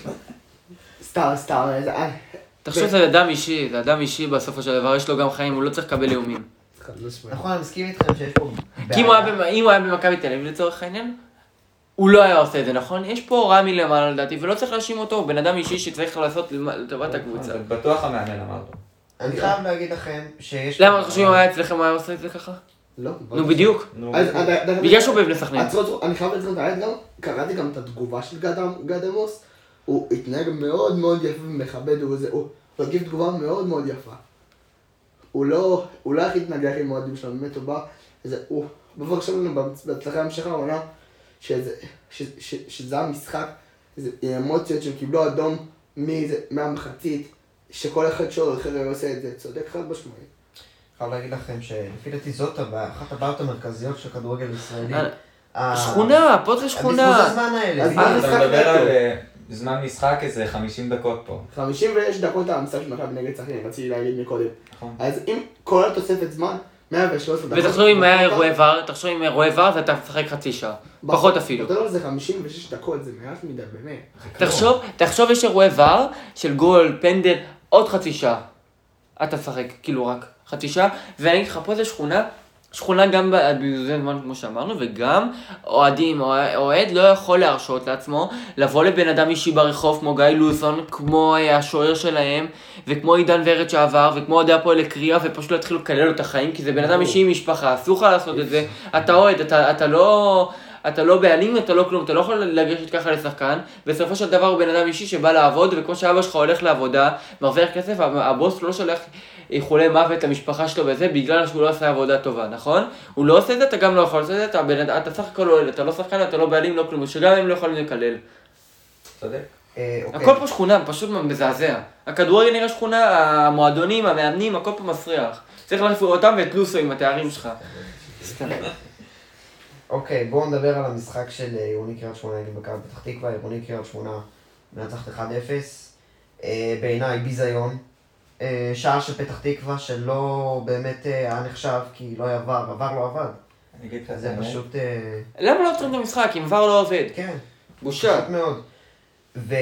סתם, סתם, איזה... אה, תחשוב שזה אדם אישי, זה אדם אישי בסופו של דבר, יש לו גם חיים, הוא לא צריך לקבל איומים. חד משמעית. נכון, אני מסכים איתכם שיש פה כי אם הוא היה במ- אם הוא היה במכבי תל אביב לצורך העניין, הוא לא היה עושה את זה, נכון? יש פה רע מלמעלה לדעתי, ולא צריך להאשים אותו, הוא בן אדם אישי שצריך לעשות לטובת הקבוצה. אבל בטוח המאמן אמר לו. אני חייב להגיד לכם שיש... למה אתה חושב אם הוא היה אצלכם, הוא היה עושה את זה ככה? לא. נו בדיוק. נו, אז- אז- אז- בגלל שהוא בבני סכנין. עצרו, עצרו, אני חייב לציין את האמת גם, קראתי גם את התגובה של גד- גד עמוס, הוא התנהג מאוד מאוד יפה ומכבד, הוא זה- הוא הוא הגיב תגובה מאוד מאוד יפה. הוא לא, הוא לא הכי התנגח עם אוהדים שלנו, באמת הוא בא, זה, הוא, בבוא עכשיו לנו בהצלחה המשך העונה, שזה, ש- ש- שזה המשחק, זה אמוציות שהם קיבלו אדום מזה- מהמחצית, שכל אחד שואל אחר עושה את זה, צודק חד משמעית. חייב להגיד לכם שלפי דעתי זאת הבעיה, אחת הבעיות המרכזיות של הכדורגל הישראלי. אה, ה- שכונה, פה זה שכונה. הבזבוז הזמן האלה. אז זה- מה אתה המשחק מדבר נטו? על אה, זמן משחק איזה חמישים דקות פה. חמישים ושש דקות המשחק של מכבי נגד סכנין, רציתי להגיד מקודם. נכון. אז אם כל התוספת זמן, מאה ושלוש עשרה דקות. ותחשוב אם היה אירועי ור, תחשוב אם אירועי ור, אז אתה משחק חצי שעה. פחות אפילו. אתה יודע, זה חמישים ושש דקות, זה מעט מדי, באמת. תחשוב, תחשוב יש אירועי ור של גול, פנדל, עוד חצי שעה. אתה תשחק, כאילו רק חצי שעה, ואני אגיד לך, פה זה שכונה, שכונה גם בזבוזי זמן כמו שאמרנו, וגם אוהדים, אוהד לא יכול להרשות לעצמו לבוא לבן אדם אישי ברחוב כמו גיא לוזון, כמו השוער שלהם, וכמו עידן ורד שעבר, וכמו אוהדי הפועל לקריאה, ופשוט להתחיל לקלל לו את החיים, כי זה בן אדם אישי עם משפחה, אסור לך לעשות את זה, אתה אוהד, אתה, אתה לא... אתה לא בעלים, אתה לא כלום, אתה לא יכול לגשת ככה לשחקן, בסופו של דבר הוא בן אדם אישי שבא לעבוד, וכמו שאבא שלך הולך לעבודה, מרוויח כסף, הבוס לא שולח איחולי מוות למשפחה שלו וזה, בגלל שהוא לא עושה עבודה טובה, נכון? הוא לא עושה את זה, אתה גם לא יכול לעשות את זה, אתה, בן, אתה סך הכל אוהד, אתה לא שחקן, אתה לא בעלים, לא כלום, שגם הם לא יכולים לקלל. צודק. אה, אוקיי. הכל פה שכונה, פשוט מזעזע. הכדורגל נראה שכונה, המועדונים, המאמנים, הכל פה מסריח. צריך להחליף אותם ואת לוסו עם התארים שלך. אוקיי, בואו נדבר על המשחק של עירוני קריית שמונה נגד מכבי פתח תקווה. עירוני קריית שמונה מנצחת אחד אפס. אה, בעיניי ביזיון. אה, שער של פתח תקווה שלא באמת אה, היה נחשב, כי לא היה עבר, עבר לא עבד. אני אגיד לך את זה האמת. פשוט... אה, למה לא עוצרים את המשחק אם ור לא עובד? כן. בושה. פשוט מאוד. ו...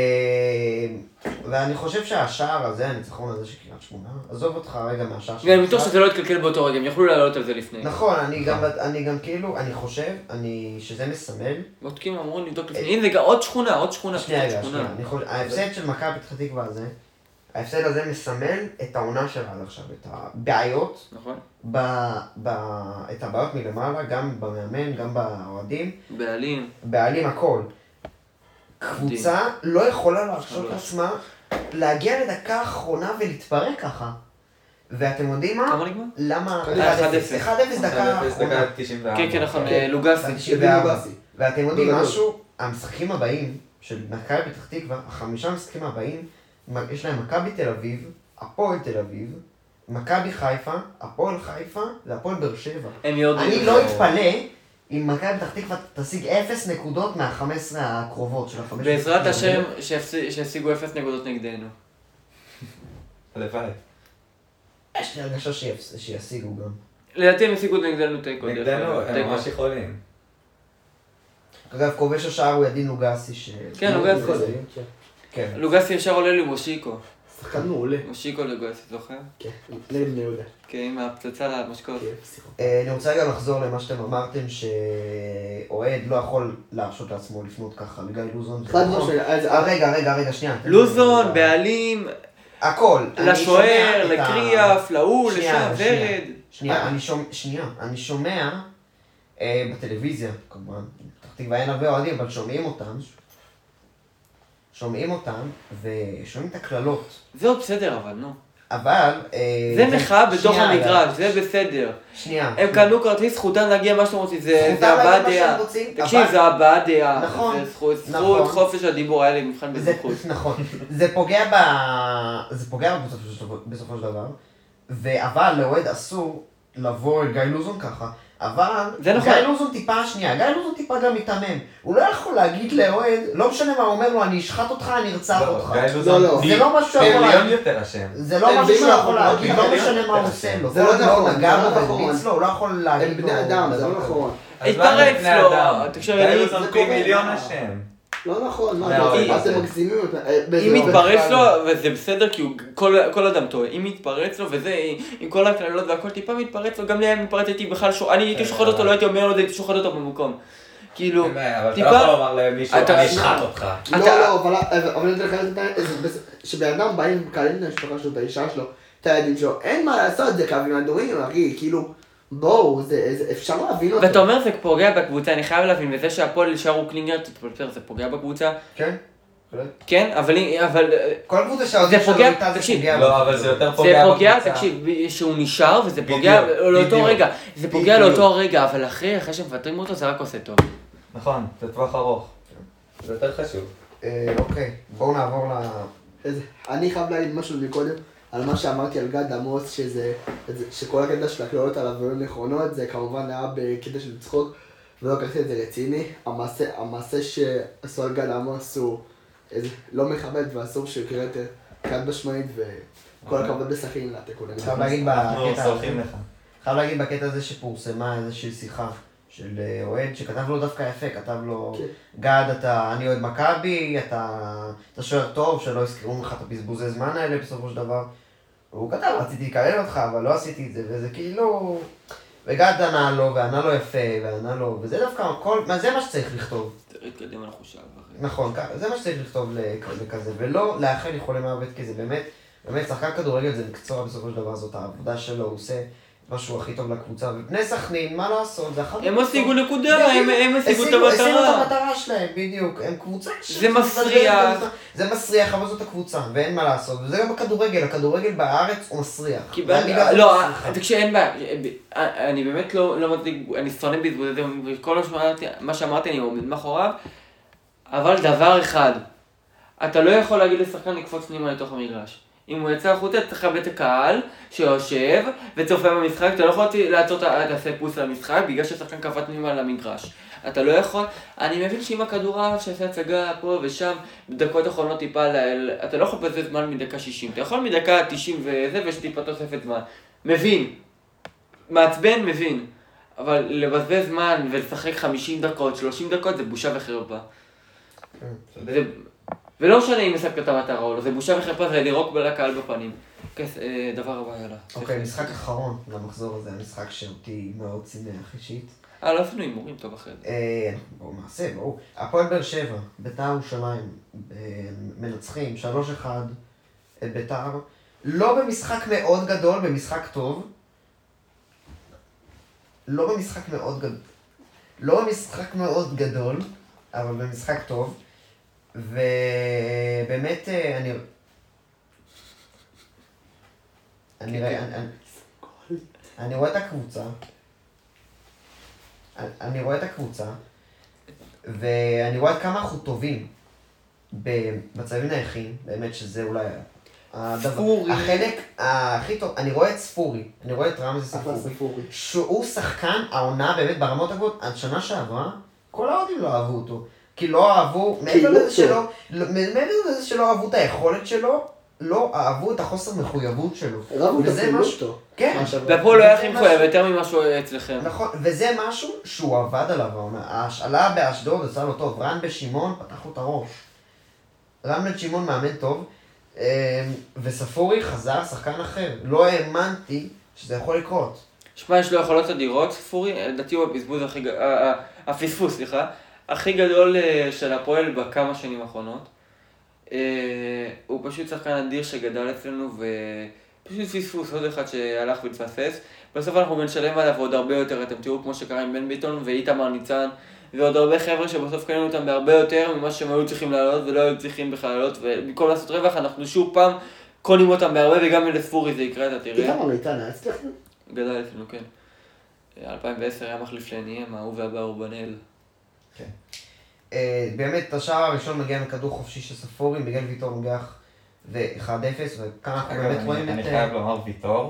ואני חושב שהשער הזה, הניצחון הזה של קריית שמונה, עזוב אותך רגע מהשער של... גם מתוך שזה לא התקלקל באותו רגע, הם יכלו לעלות על זה לפני. נכון, אני גם, אני גם כאילו, אני חושב, אני, שזה מסמל... בודקים אמרו נבדוק לפני, הנה זה גם עוד שכונה, עוד שכונה, שנייה, עוד רגע, שכונה. שנייה. אני חושב, ההפסד של מכבי פתח תקווה הזה, ההפסד הזה מסמל את העונה שלה עד עכשיו, את הבעיות, נכון? ב, ב, את הבעיות מלמעלה, גם במאמן, גם באוהדים, בעלים. בעלים הכל. קבוצה לא יכולה להרשות שלוש. לעצמה להגיע לדקה האחרונה ולהתפרק ככה. ואתם יודעים מה? כמה נגמר? למה? אחד אפס. אחד אפס דקה אפס האחרונה. דקה תשעים וארבע. כן, כן, נכון, כן. לוגסי. תשעים וארבע. לוגסי. ואתם יודעים גדול. משהו? המשחקים הבאים של מכבי פתח תקווה, החמישה המשחקים הבאים, יש להם מכבי תל אביב, הפועל תל אביב, מכבי חיפה, הפועל חיפה והפועל באר שבע. הם יודעים. אני לא אתפלא אם מכבי פתח תקווה תשיג אפס נקודות מה-חמש עשרה הקרובות של החמש... בעזרת השם שישיגו אפס נקודות נגדנו. הלוואי. יש לי הרגשה שיפס- שישיגו גם. לדעתי הם השיגו נגדנו תיקו. דרך נגדנו אגב, הם תיקו. ממש יכולים. אגב, כובש השער הוא ידין לוגסי ש... כן, לוגסי. כן. כן. לוגסי ישר עולה לי מושיקו. שחקן מעולה. מושיקו לוגסי, זוכר? כן, נגד בני יהודה. כן, עם הפצצה למשקוף. כן, שיחק. אה, אני רוצה רגע לחזור למה שאתם אמרתם, שאוהד לא יכול להרשות לעצמו לפנות ככה לגיא לוזון. חד משמעית. אז- אה, רגע, רגע, רגע, שנייה. תן לי לוזון, רגע. בעלים, הכל. אני לשוער, שומע את ה- לקריאף, להוא, שנייה, לשם, שנייה. ורד. שנייה, אני שומע, שנייה, אני שומע אה, בטלוויזיה, כמובן, פתח תקווה אין הרבה אוהדים, אבל שומעים אותם, שומעים אותם, ושומעים את הקללות. זה עוד בסדר אבל, נו. אבל... אה, זה מחאה בתוך שנייה, המגרש, זה בסדר. שנייה. הם קנו כרטיס, זכותם להגיע מה שאתם רוצים, זה זכותם זה הבעת להגיד מה דעה. שהם רוצים, תקשיב, אבל- זה הבעת דעה. נכון, זה זכות, נכון. זכות חופש הדיבור, היה לי מבחן זה, בזכות. נכון, זה פוגע ב... זה פוגע בקבוצות בסופו- בסופו של דבר, אבל לאוהד אסור לבוא אל גיא לוזון ככה, אבל זה נכון. גיא לוזון טיפה שנייה, גיא לוזון טיפה גם מתאמן. הוא לא יכול להגיד לאוהד, לא משנה מה, הוא אומר לו, אני אשחט אותך, אני ארצח אותך. לא, לא. זה לא משהו שהוא יכול מיליון להגיד. יותר אשם. זה לא משהו שהוא יכול להגיד, לא משנה מה הוא עושה לו. זה לא נכון, נגע זה לו לא נכון. והרביץ לו, הוא לא יכול להגיד הם לו. בני אדם, זה לא נכון. התפרץ לו, תקשיב, גיא אני- לוזון זה פי קורה. מיליון אשם. לא נכון, מה מאוד, אתם- זה- אתם מגזימים אותם. אם מתפרץ לו, וזה בסדר, כי הוא- כל כל אדם טועה, אם מתפרץ לו, וזה, עם כל הכללות והכל טיפה מתפרץ לו, גם לי היה מתפרץ, הייתי בכלל שוחט, אני הייתי שוחט אותו, לא הייתי אומר לו, הייתי שוחט אותו במקום. כאילו, אבל אתה טיפה- לא יכול לומר למישהו, אתה- אני אשחט אותך. לא, אתה- לא, אבל אבל אני אתן לך את ה... שבן אדם בא עם קהלים את המשפחה שלו, את האישה שלו, את הילדים שלו, אין מה לעשות, זה קווים אדומים, אחי, כאילו, בואו, זה זה- אפשר להבין אותו. ואתה אומר זה פוגע בקבוצה, אני חייב להבין, וזה שהפועל שרו קלינגר תתפלפר, זה פוגע בקבוצה? כן? כן, אבל אבל כל קבוצה שהאוהדים זה שלו פוגע, איתה זה תקשיב. פוגע. לא, אבל זה יותר זה פוגע פוגע, בקבוצה. תקשיב, שהוא נשאר וזה פוגע בדיוק, לאותו בדיוק. רגע, זה פוגע בדיוק. לאותו רגע, אבל אחרי, אחרי שמפטרים אותו זה רק עושה טוב. נכון, זה טווח ארוך. זה יותר חשוב. אה, אוקיי, בואו נעבור ל... אז אני חייב להגיד משהו מקודם, על מה שאמרתי על גד עמוס, שזה, זה- שכל הקטע של הקללות עליו היו נכונות, זה כמובן היה בקטע של צחוק, ולא לקחתי את זה רציני. המעשה, המעשה שעשו על גד עמוס הוא איזה, לא מכבד ואסור שיקרה יותר חד משמעית, וכל הכבוד בסכין לתיקון. אני חייב להגיד אנחנו בקטע סולחים הזה, לך. חייב להגיד בקטע הזה שפורסמה איזושהי שיחה של אה, אוהד שכתב לו דווקא יפה, כתב לו, כן. גד, אתה, אני אוהד מכבי, אתה, אתה שוער טוב, שלא יזכרו לך את הבזבוזי זמן האלה בסופו של דבר. והוא כתב, רציתי לקלל אותך, אבל לא עשיתי את זה, וזה כאילו... וגד ענה לו, וענה לו יפה, וענה לו, וזה דווקא הכל, מה זה מה שצריך לכתוב. תראי, קדימה אנחנו שעה וחצי. נכון, כ- זה מה שצריך לכתוב לכזה כזה, ולא לאחל איחולי מוות, כי זה באמת, באמת, שחקן כדורגל זה מקצוע בסופו של דבר, זאת העבודה שלו, הוא עושה משהו הכי טוב לקבוצה, ובני סכנין, מה לעשות, זה אחת... הם השיגו נקודה, הם הם השיגו את השיגו את המטרה. המטרה שלהם, בדיוק, הם קבוצה... ש- זה מסריח. זה מסריח, אבל זאת הקבוצה, ואין מה לעשות, וזה גם בכדורגל, הכדורגל בארץ הוא מסריח. כי ב- והליגה הזאת לא, מסריחה. תקשיב, אין בעיה, אני באמת לא לא מצדיק, אני שונא בזבוז, כל מה שאמרתי- מה שאמרתי אני עומד מאחוריו, אבל דבר אחד, אתה לא יכול להגיד לשחקן לקפוץ פנימה לתוך המגרש. אם הוא יצא החוצה, אתה צריך לכבד את הקהל שיושב וצופה במשחק, אתה לא יכול לעצור את ה- תעשה פוס למשחק בגלל ששחקן קפץ פנימה למגרש. אתה לא יכול, אני מבין שאם הכדור עף שעשה הצגה פה ושם, בדקות אחרונות טיפה, ל- אתה לא יכול לבזבז זמן מדקה שישים, אתה יכול מדקה תשעים וזה ויש טיפה תוספת זמן. מבין, מעצבן מבין, אבל לבזבז זמן ולשחק חמישים דקות, שלושים דקות זה בושה וחרפה. זה- ולא משנה אם השגת את המטרה או לא, זה בושה וחרפה, זה לירוק לקהל בפנים. כס, אה, דבר הבא, יאללה. אוקיי, משחק אחרון למחזור הזה, המשחק שאותי מאוד שימח אישית. אה, לא עשינו הימורים טוב אחרי זה. אה, בואו נעשה, בואו. הפועל באר שבע, בית"ר ירושלים, אה, מנצחים שלוש אחד את בית"ר. לא במשחק מאוד גדול, במשחק טוב. לא במשחק מאוד גדול. לא במשחק מאוד גדול, אבל במשחק טוב. ובאמת, אה, אני... אני, כן, אני, כן. אני, אני רואה את הקבוצה. אני- אני רואה את הקבוצה, ואני רואה עד כמה אנחנו טובים במצבים נייחים, באמת שזה אולי הדבר- ספורי. החלק הכי טוב, אני רואה את ספורי, אני רואה את רמזי אחלה ספורי, ספורי. שהוא שחקן העונה באמת ברמות הגבוהות, עד שנה שעברה, כל האוהדים לא אהבו אותו, כי לא אהבו, מעבר כאילו לזה אותו. שלא, לא- מעבר לזה שלא אהבו את היכולת שלו, לא אהבו את החוסר מחויבות שלו. רבו את וזה הפעילות משהו- אותו. כן. מה שעבר. והפועל לא היה הכי וזה מחויב, משהו- יותר ממה שהוא אצלכם. נכון, וזה משהו שהוא עבד עליו העונה. ההשאלה באשדוד עשה לו טוב, רן בשמעון פתח לו את הראש. רן בן שמעון מאמן טוב, אמ, וספורי חזר שחקן אחר. לא האמנתי שזה יכול לקרות. שמע, יש לו יכולות אדירות, ספורי, לדעתי הוא הבזבוז הכי גדול, הפספוס, סליחה, הכי גדול אה, של הפועל בכמה שנים האחרונות. אה, הוא פשוט שחקן אדיר שגדל אצלנו, ופשוט פספוס, עוד אחד שהלך והתפספס. בסוף אנחנו גם נשלם עליו עוד הרבה יותר, אתם תראו כמו שקרה עם בן ביטון ואיתמר ניצן, ועוד הרבה חבר'ה שבסוף קנינו אותם בהרבה יותר ממה שהם היו צריכים לעלות ולא היו צריכים בכלל לעלות, ובמקום לעשות רווח אנחנו שוב פעם קונים אותם בהרבה, וגם לספורי זה יקרה, אתה תראה. איתמר ניתן, היה אצלכם? גדל אצלנו, כן. אלפיים ועשר היה מחליף לעניהם, ההוא והבא אורבנאל. כן. אה, באמת, השער הראשון מגיע מכדור חופשי של ספורי, מיגל ויטור נוגח ו-אחד אפס, וכאן אנחנו באמת רואים אני את... חייב לומר ויטור,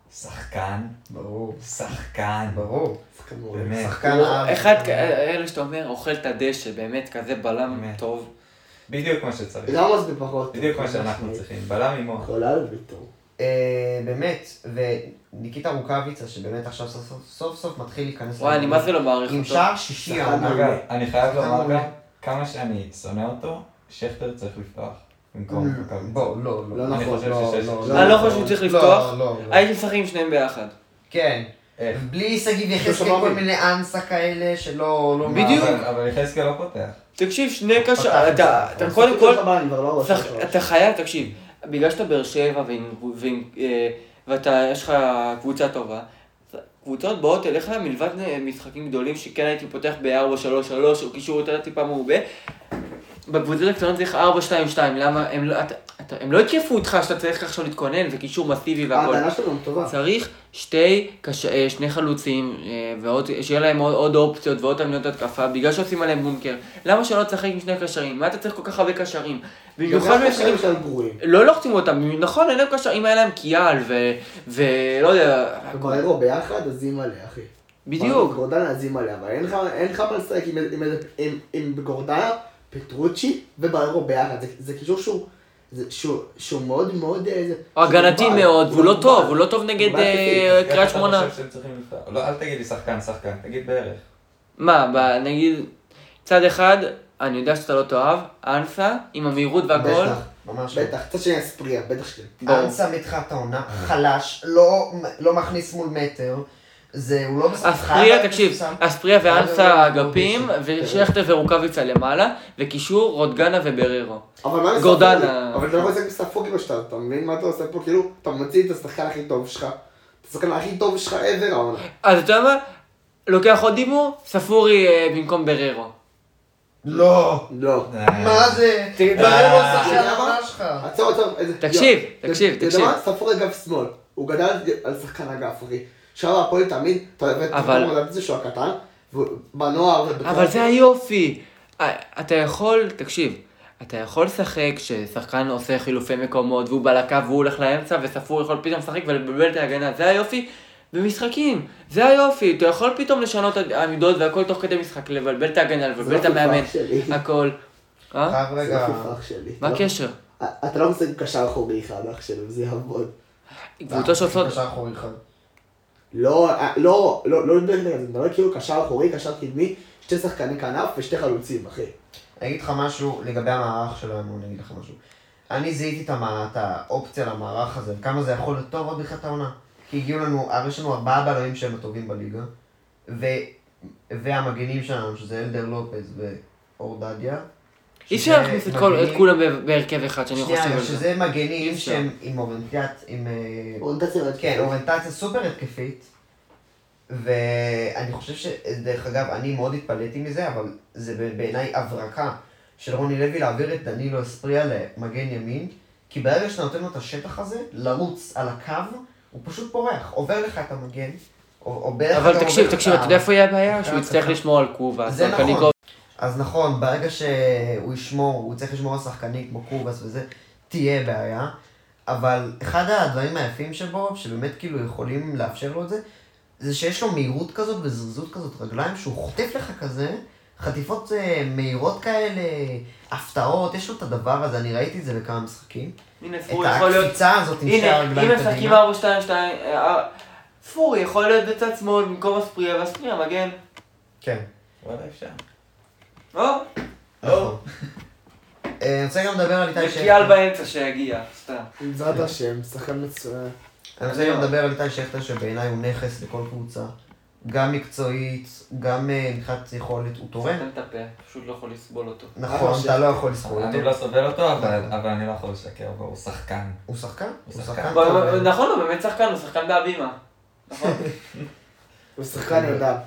שחקן. ברור. שחקן. ברור. באמת. שחקן על. אחד אלה שאתה אומר, אוכל את הדשא, באמת כזה בלם טוב. בדיוק מה שצריך. רמוס בפחות. בדיוק מה שאנחנו צריכים. בלם עם מוח. יכולה לביטור. באמת, וניקיטה רוקאביצה, שבאמת עכשיו סוף סוף מתחיל להיכנס... וואי, אני מה זה לא מעריך אותו. עם שער שישי העונה. אגב, אני חייב לומר גם, כמה שאני שונא אותו, שכטר צריך לפתוח. במקום רוקאביצה. בוא, לא, לא. לא נכון, לא, לא. אני לא חושב שהוא צריך לפתוח. לא, לא. הייתי משחק עם שניהם ביחד. כן. בלי שגיב יחזקאל כל מיני אנסה כאלה שלא... בדיוק. אבל יחזקאל לא פותח. תקשיב, שני קשר... אתה קודם כל... אתה חייב, תקשיב. בגלל שאתה באר שבע ואתה, יש לך קבוצה טובה, קבוצות באות אליך מלבד משחקים גדולים שכן הייתי פותח ב-ארבע שלוש שלוש או קישור יותר טיפה מעובה. בקבוצות הקטנות צריך ארבע שתיים שתיים, למה? הם לא, אתה, אתה, הם לא התקפו אותך שאתה צריך עכשיו להתכונן וקישור מסיבי והכל. ההגנה שלנו טובה. צריך שתי, קש... שני חלוצים, ועוד, שיהיה להם עוד, עוד אופציות ועוד תמניות התקפה, בגלל שעושים עליהם בונקר. למה שלא תשחק עם שני קשרים? מה אתה צריך כל כך הרבה קשרים? במיוחד קשרים שלהם גרועים. לא לוחצים אותם, נכון, אין להם קשרים, היה להם קיאל ו... ולא יודע... ובררו ביחד, אז אימא לה, אחי. בדיוק. בגורדנה אז אימא לה, אבל אין לך מה לשחק עם בגורדנה, פטרוצ'י ובררו ביחד. זה קישור שהוא... שהוא מאוד מאוד... הוא הגנתי מאוד, והוא לא טוב, הוא לא טוב נגד קריית שמונה. אתה חושב שהם צריכים לפתוח? לא, אל תגיד לי שחקן, שחקן, תגיד בערך. מה, נגיד, צד אחד, אני יודע שאתה לא תאהב, אנסה, עם המהירות והכל. בטח, ממש בטח, קצת שאני אספריה, בטח שלי. אנסה מתחת העונה, חלש, לא מכניס מול מטר. זה, הוא לא בסדר. אספריה, תקשיב, אספריה ואנסה אגפים, ושכטר ורוקאביצה למעלה, וקישור רודגנה ובררו. גורדנה. אבל אתה לא יכול לסגר בספורי בשטר, אתה מבין מה אתה עושה פה? כאילו, אתה מוציא את השחקן הכי טוב שלך, את השחקן הכי טוב שלך ever העונה. אז אתה יודע מה? לוקח עוד דיבור, ספורי במקום בררו. לא. לא. מה זה? בררו שחקן העונה שלך. עצור, עצור. תקשיב, תקשיב, תקשיב. אתה יודע מה? ספורי אגף שמאל. הוא גדל על שחקן אגף, אחי. עכשיו הפועל תמיד, אתה יודע את זה שהוא הקטן, בנוער ובקרב. אבל זה היופי. אתה יכול, תקשיב, אתה יכול לשחק ששחקן עושה חילופי מקומות, והוא בלקו והוא הולך לאמצע, וספור יכול פתאום לשחק ולבלבל את ההגנה. זה היופי במשחקים. זה היופי. אתה יכול פתאום לשנות עמידות והכל תוך כדי משחק, לבלבל את ההגנה, לבלבל את המאמן. הכל. חייב רגע. מה הקשר? אתה לא מסתכל קשר אחורי אחד, אח שלי, זה יעבוד. קבוצות שעושות... קשר אחורי אחד. לא, לא, לא, לא נדבר לזה, נדבר כאילו קשר אחורי, קשר קדמי, שתי שחקני כנף ושתי חלוצים, אחי. אני אגיד לך משהו לגבי המערך שלנו, אני אגיד לך משהו. אני זיהיתי את האופציה למערך הזה, וכמה זה יכול להיות טוב עוד בכלל העונה. כי הגיעו לנו, הרי יש לנו ארבעה בלמים שהם הטובים בליגה, והמגנים שלנו, שזה אלדר לופז ואור דדיה. אי אפשר להכניס את כולם בהרכב אחד שאני חושב על זה. שזה מגנים שהם עם אוריינטציה סופר התקפית, ואני חושב שדרך אגב, אני מאוד התפלאתי מזה, אבל זה בעיניי הברקה של רוני לוי להעביר את דנילו אספריה למגן ימין, כי ברגע שאתה נותן לו את השטח הזה, לרוץ על הקו, הוא פשוט פורח, עובר לך את המגן, אבל תקשיב, תקשיב, אתה יודע איפה יהיה הבעיה? שהוא יצטרך לשמור על קובה. זה נכון. אז נכון, ברגע שהוא ישמור, הוא צריך לשמור על שחקנים כמו קובס וזה, תהיה בעיה. אבל אחד הדברים היפים שבו, שבאמת כאילו יכולים לאפשר לו את זה, זה שיש לו מהירות כזאת וזרזות כזאת רגליים, שהוא חוטף לך כזה, חטיפות מהירות כאלה, הפתעות, יש לו את הדבר הזה, אני ראיתי את זה בכמה משחקים. הנה, ספורי יכול להיות... את הקפיצה הזאת עם שתי הרגליים קדימה. הנה, משחקים ארבע שתיים שתיים, ספורי יכול להיות בצד שמאל במקום אספריה, ואספריה מגן. כן. וואלה אפשר. או. או. אני רוצה גם לדבר על איתי שכטר. וקיאל באמצע שהגיע, סתם. בעזרת השם, שחקן מצוין. אני רוצה גם לדבר על איתי שכטר שבעיניי הוא נכס לכל קבוצה. גם מקצועית, גם מבחינת יכולת, הוא תורם. סתם את הפה, פשוט לא יכול לסבול אותו. נכון, אתה לא יכול לסבול אותו. אני לא סובל אותו, אבל אני לא יכול לשקר בו, הוא שחקן. הוא שחקן? הוא שחקן. נכון, הוא באמת שחקן, הוא שחקן בהבימה. נכון. הוא שחקן יודע.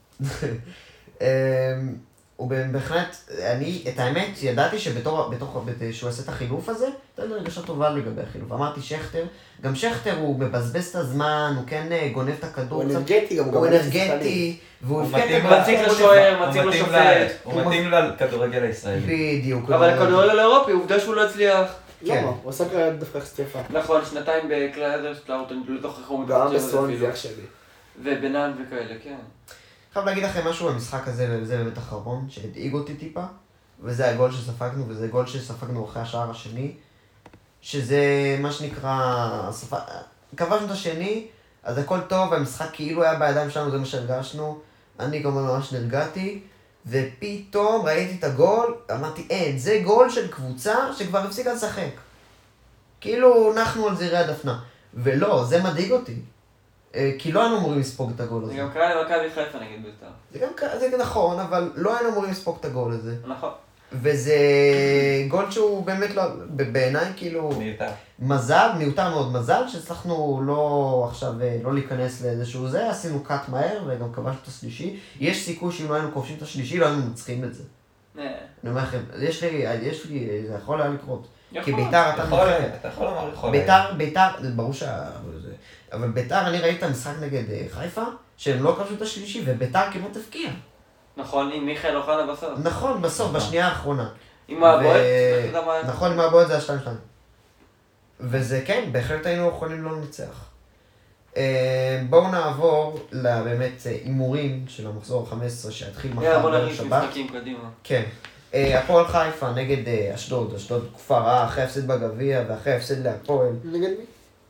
הוא בהחלט, אני, את האמת, ידעתי שבתור, בתור, שהוא עושה את החילוף הזה, הייתה לי רגשה טובה לגבי החילוף. אמרתי שכטר, גם שכטר הוא מבזבז את הזמן, הוא כן גונב את הכדור. הוא אנרגטי גם, הוא אנרגטי, והוא מציג לשוער, מציג לשופט. הוא מתאים לכדורגל הישראלי. בדיוק. אבל הכדורגל האירופי, עובדה שהוא לא הצליח. למה? הוא עשה קריירה דווקא יחסית יפה. נכון, שנתיים בקליידרסטאוט, אני לא זוכר איך הוא גם מתחשב בזה בסוונזי אפילו. אח שלי. ובנן וכאלה, כן. חייב להגיד לכם משהו במשחק הזה, וזה באמת אחרון, שהדאיג אותי טיפה, וזה הגול שספגנו, וזה גול שספגנו אחרי השער השני, שזה מה שנקרא, ספ... כבשנו את השני, אז הכל טוב, המשחק כאילו היה בידיים שלנו, זה מה שהרגשנו, אני כמובן ממש נרגעתי, ופתאום ראיתי את הגול, אמרתי, אין, זה גול של קבוצה שכבר הפסיקה לשחק. כאילו נחנו על זרי הדפנה, ולא, זה מדאיג אותי. כי לא היינו אמורים לספוג את הגול הזה. זה גם קרה למכבי חיפה נגד בית"ר. זה גם קרה, זה נכון, אבל לא היינו אמורים לספוג את הגול הזה. נכון. וזה גול שהוא באמת לא, בעיניי כאילו... מיותר. מזל, מיותר מאוד מזל, שהצלחנו לא עכשיו, לא להיכנס לאיזשהו זה, עשינו קאט מהר וגם כבשנו את השלישי. יש סיכוי שאם לא היינו כובשים את השלישי, לא היינו מנצחים את זה. אני אומר לכם, יש לי, יש לי, זה יכול היה לקרות. כי בית"ר אתה נוחת. אתה יכול לומר יכול. בית"ר, בית"ר, זה ברור שה... אבל בית"ר, אני ראיתי את המשחק נגד חיפה, שהם לא כבשו את השלישי, ובית"ר כמעט הפקיע. נכון, עם מיכאל אוחנה בסוף. נכון, בסוף, בשנייה האחרונה. עם הבועט? נכון, עם הבועט זה השתיים שתיים. וזה כן, בהחלט היינו יכולים לא לנצח. בואו נעבור לבאמת הימורים של המחזור ה-חמש עשרה שהתחיל מחר בוא נריץ בשבת. משחקים קדימה. כן. הפועל חיפה נגד אשדוד, אשדוד תקופה רעה, אחרי הפסד בגביע ואחרי הפסד להפועל. נגד מי?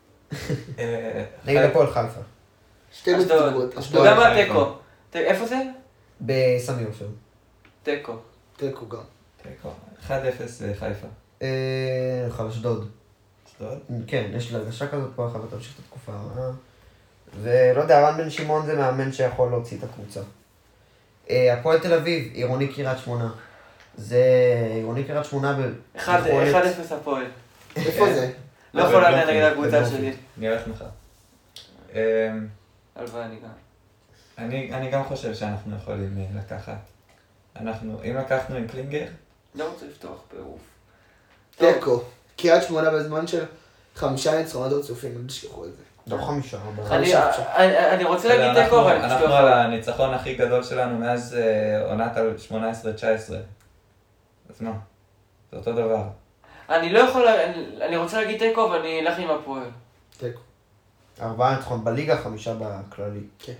נגד הפועל חיפה. שתי אשדוד. נציגות. אתה יודע מה תיקו? איפה זה? בסמי עופר. תיקו. תיקו גם. תיקו. אחד אפס חיפה. חל אשדוד. אשדוד? כן, יש לי הרגשה כזאת, פה חיפה תמשיך את התקופה הרעה. ולא יודע, רן בן שמעון זה מאמן שיכול להוציא את הקבוצה. הפועל תל אביב, עירוני קריית שמונה. זה עירוני קריית שמונה אחד אפס הפועל. איפה זה? לא יכול להגיד נגד הקבוצה שלי. אני הולך לך. הלוואי, אני גם. אני, אני גם חושב שאנחנו יכולים לקחת. אנחנו, אם לקחנו עם קלינגר... לא רוצה לפתוח פירוף. תיקו. קריית שמונה בזמן של חמישה ניצחונות רצופים, אל תשכחו את זה. לא חמישה, אני רוצה להגיד תיקו, אבל... אנחנו על הניצחון הכי גדול שלנו מאז עונת על שמונה עשרה תשע עשרה. אז מה? זה אותו דבר. אני לא יכול... אני רוצה להגיד תיקו, אבל אני אלך עם הפועל. תיקו. ארבעה ניצחונות בליגה, חמישה בכללי. כן.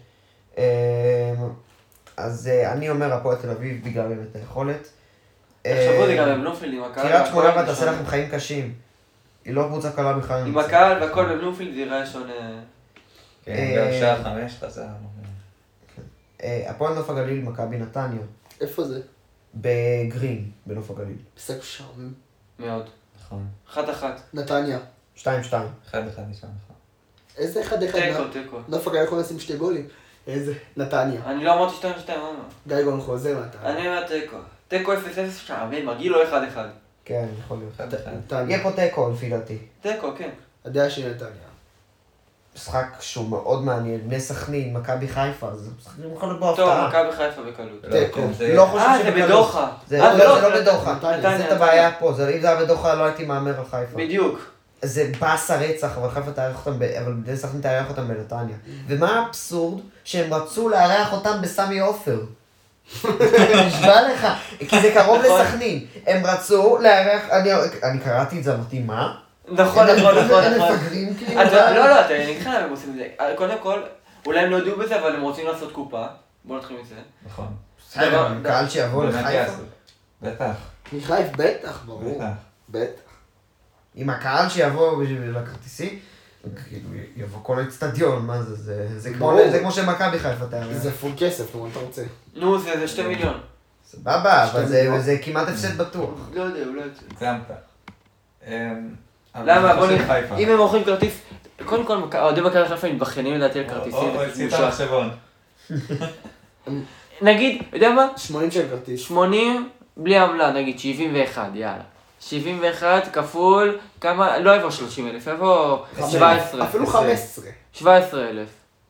אז אני אומר הפועל תל אביב בגלל באמת היכולת. תחשבו זה גם בבלומפילד עם הקהל. קריית שמונה בה תעשה לכם חיים קשים. היא לא קבוצה קלה בכלל. עם הקהל והכל בבלומפילד זה ייראה שונה. כן, גם שעה חמש חזר. הפועל נוף הגליל, מכבי נתניה. איפה זה? בגרין, בנוף הגליל. משחק שערים. מאוד. נכון. אחת אחת. נתניה. שתיים שתיים. אחד אחד נשמע לך. איזה אחד אחד? תיקו, תיקו. נוף הגליל יכול לשים שתי גולים. איזה? נתניה. אני לא אמרתי שתיים שתיים, מה? גיא גון חוזר נתניה. אני אומר תיקו. תיקו אפס אפס שערים, מרגיל או אחד אחד. כן, יכול להיות. אחד אחד. נתניה. יהיה פה תיקו לפי דעתי. תיקו, כן. הדעה של נתניה. משחק שהוא מאוד מעניין. בני סכנין, מכבי חיפה, זה משחק יכול להיות בו טוב, הפתעה. מכבי חיפה בקלות. תיקו. לא חושב אה, זה שבקלות. בדוחה. זה אה, לא זה לא בדוחה. נתניה, זה את הבעיה פה. זה- אם זה היה בדוחה לא הייתי מהמר על חיפה. בדיוק. זה באסה רצח, אבל חיפה תארח אותם, ב- אבל בני סכנין תארח אותם בנתניה. ומה האבסורד? שהם רצו לארח אותם בסמי עופר. נשבע לך, כי זה קרוב לסכנין. הם רצו לארח, אני- אני קראתי את זה, אמרתי, מה? נכון, הם נכון, נכון, הם נכון. מפגרים כאילו. אתה- לא, לא, אתה- אני אגיד לך למה הם עושים את זה. קודם כל, אולי הם לא יודעו בזה, אבל הם רוצים לעשות קופה. בוא נתחיל מזה. נכון. בסדר, קהל שיבוא באמת לחיפה. יעשו. בטח. מחיפה בטח, ברור. בטח. בטח. עם הקהל שיבוא בשביל הכרטיסי, כאילו, יבוא כל האצטדיון, מה זה, זה, זה כמו, ברור. זה כמו שמכבי חיפה תארח. זה פול כסף, נו, מה אתה רוצה? נו, זה זה שתי מיליון. סבבה, אבל שתי זה, מיליון. זה כמעט הפסד בטוח. לא יודע, אולי... זה- הגזמת. אמ, אבל למה? אני בוא חושב נראה. חיפה. אם הם מוכרים כרטיס... קודם כל, מכ- אוהדי מכבי חיפה מתבכיינים לדעתי על כרטיסים. או זה הוציא את בושה. המחשבון. נגיד, יודע מה? שמונים של כרטיס. שמונים בלי עמלה, נגיד שבעים ואחת, יאללה. שבעים ואחת כפול, כמה, לא יבוא שלושים אלף, יבוא שבע עשרה. אפילו חמש עשרה. שבע עשרה אלף.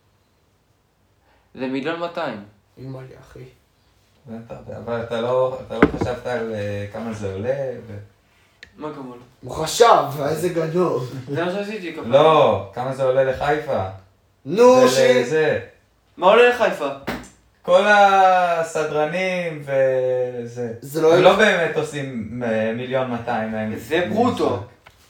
זה מיליון מאתיים. אימא לי, אחי. בטח, אבל אתה לא אתה לא חשבת על אה, כמה זה עולה ו... מה כמובן? הוא חשב, איזה גדול. זה מה שעשיתי כמובן. לא, כמה זה עולה לחיפה. נו, ש... זה. מה עולה לחיפה? כל הסדרנים וזה. זה לא... הם לא באמת עושים אה, מיליון מאתיים מהם. זה ברוטו.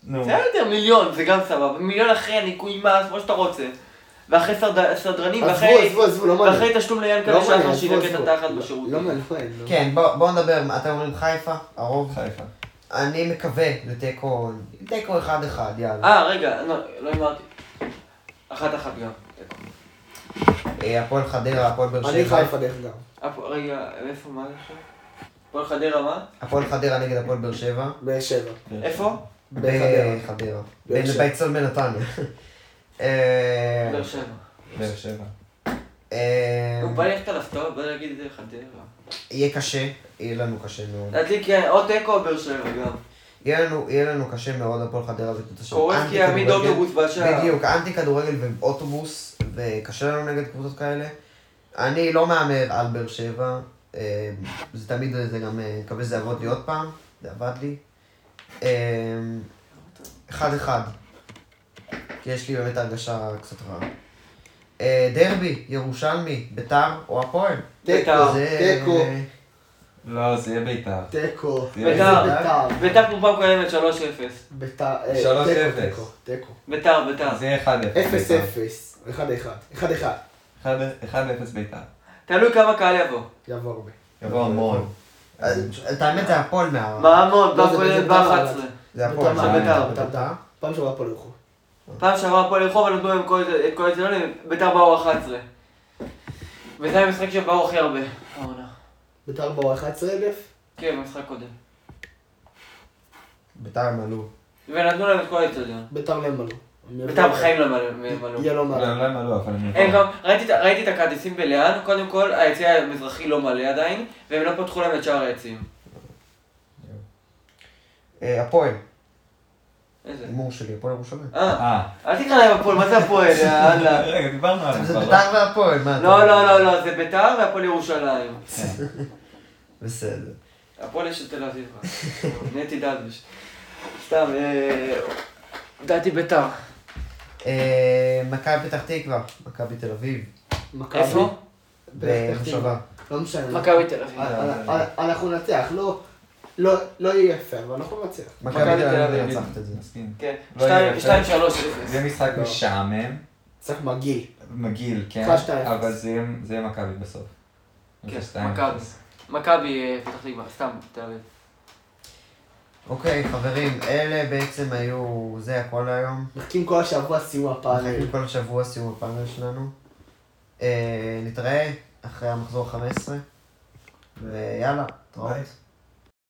נו. זה היה יותר מיליון, זה גם סבבה. מיליון אחרי הניקוי מס, כמו שאתה רוצה. ואחרי סרד- סדרנים, עזבו, ואחרי עזבו, עזבו, לא מעניין. ואחרי תשלום ליענקלה לא מעניין, שחר עזבו, שינק את עזבו. התחת לא- בשירות. לא מעניין, לא מעניין. כן, בוא בוא נדבר, אתם אומרים חיפה, הרוב. חיפה. אני מקווה לתיקו, תיקו אחד אחד, יאללה. אה, רגע, לא, לא אמרתי. אחת אחת גם. אה, הפועל חדרה, הפועל באר שבע. אני חיפה דרך אגב. הפ- רגע, איפה, מה זה עכשיו? הפועל חדרה מה? הפועל חדרה נגד הפועל באר שבע. באר שבע. איפה? בחדרה. בחדרה. באר שבע. באצטדיון בנתניה. אה, באר שבע. באר שבע. אה, נו, בא לי ללכת עליו טוב, בא לי להגיד את זה חדרה. יהיה קשה, יהיה לנו קשה מאוד. להדליק או תיקו או באר שבע גם. יהיה לנו, יהיה לנו קשה מאוד, הפועל חדרה זה קבוצה של קורסקי יעמיד כדורגל. אוטובוס בשער. בדיוק, אנטי כדורגל ואוטובוס, וקשה לנו נגד קבוצות כאלה. אני לא מהמר על באר שבע, אה, זה תמיד, זה גם, אה, מקווה שזה יעבוד לי עוד פעם, זה עבד לי. אה, אחד אחד, כי יש לי באמת הרגשה קצת רעה. אה, דרבי, ירושלמי, ביתר או הפועל? ביתר. זה- תיקו. לא, זה יהיה ביתר. תיקו. ביתר. איזה ביתר. ביתר כמו פעם קודמת שלוש אפס. ביתר. אה, שלוש תיקו, אפס. תיקו, תיקו. ביתר, ביתר. זה יהיה אחד אפס. אפס ביתר. אפס. אחד אחד. אחד אחד. אחד- אחד אפס ביתר. תלוי כמה קהל יבוא. יבוא הרבה. יבוא המון. אז, את האמת זה הפועל מה... מה המון? לא, פעם זה- קודמת זה ב-אחת ביתר. עשרה. זה הפועל. ביתר, זה ביתר, ביתר. ביתר. פעם שעברה פה לרחוב. פעם שעברה הפועל רחוב, אבל נתנו להם כל- את כל הציונים, ביתר באו אחת עשרה. וזה היה משחק שבאו הכי הרבה. העונה. ביתר באו אחד עשר אלף. כן, במשחק קודם. ביתר הם עלו. ונתנו להם את כל האצטדיון. ביתר לא מלאו. ביתר בחיים לא מלאו. יהיה לא לא, מלא. הם לא ימלאו, אבל הם הם יבואו. גם, ראיתי, את- ראיתי את הכרטיסים בליאן, קודם כל היציע המזרחי לא מלא עדיין, והם לא פתחו להם את שער היציעים. אה, הפועל, איזה? הימור שלי, הפועל ירושלים. אה, אה, אל תקרא להם הפועל, מה זה הפועל? יאללה. רגע, דיברנו עליהם זה כבר, לא? ביתר והפועל, מה אתה... לא, לא, לא, לא, זה ביתר והפועל ירושלים. בסדר. הפועל יש של תל אביב. נהייתי דלביש. סתם, אה... דעתי ביתר. אה, מכבי פתח תקווה, מכבי תל אביב, מכבי. איפה? במושבה. לא משנה. מכבי תל אביב. אה, אה, אה, אנחנו ננצח, לא, לא, לא יהיה יפה, אבל אנחנו ננצח. מכבי מכבי תל תל אביב אביב. מנצחת את זה. מסכים. כן, לא יהיה יפה. שתיים שלוש אפס. זה משחק לא. משעמם, צריך מגעיל. מגעיל, כן, אחד, שתיים, אבל אפס. זה יהיה- זה יהיה מכבי בסוף. כן, זה שתיים מכבי. אפס. מכבי אה, פתח תקווה, סתם, תל אביב. אוקיי, חברים, אלה בעצם היו, זה הכל היום. מחכים כל השבוע סיום הפאנל. מחכים כל השבוע סיום הפאנל שלנו. אה, נתראה אחרי המחזור ה-חמש עשרה, ויאללה, תראות. ביי.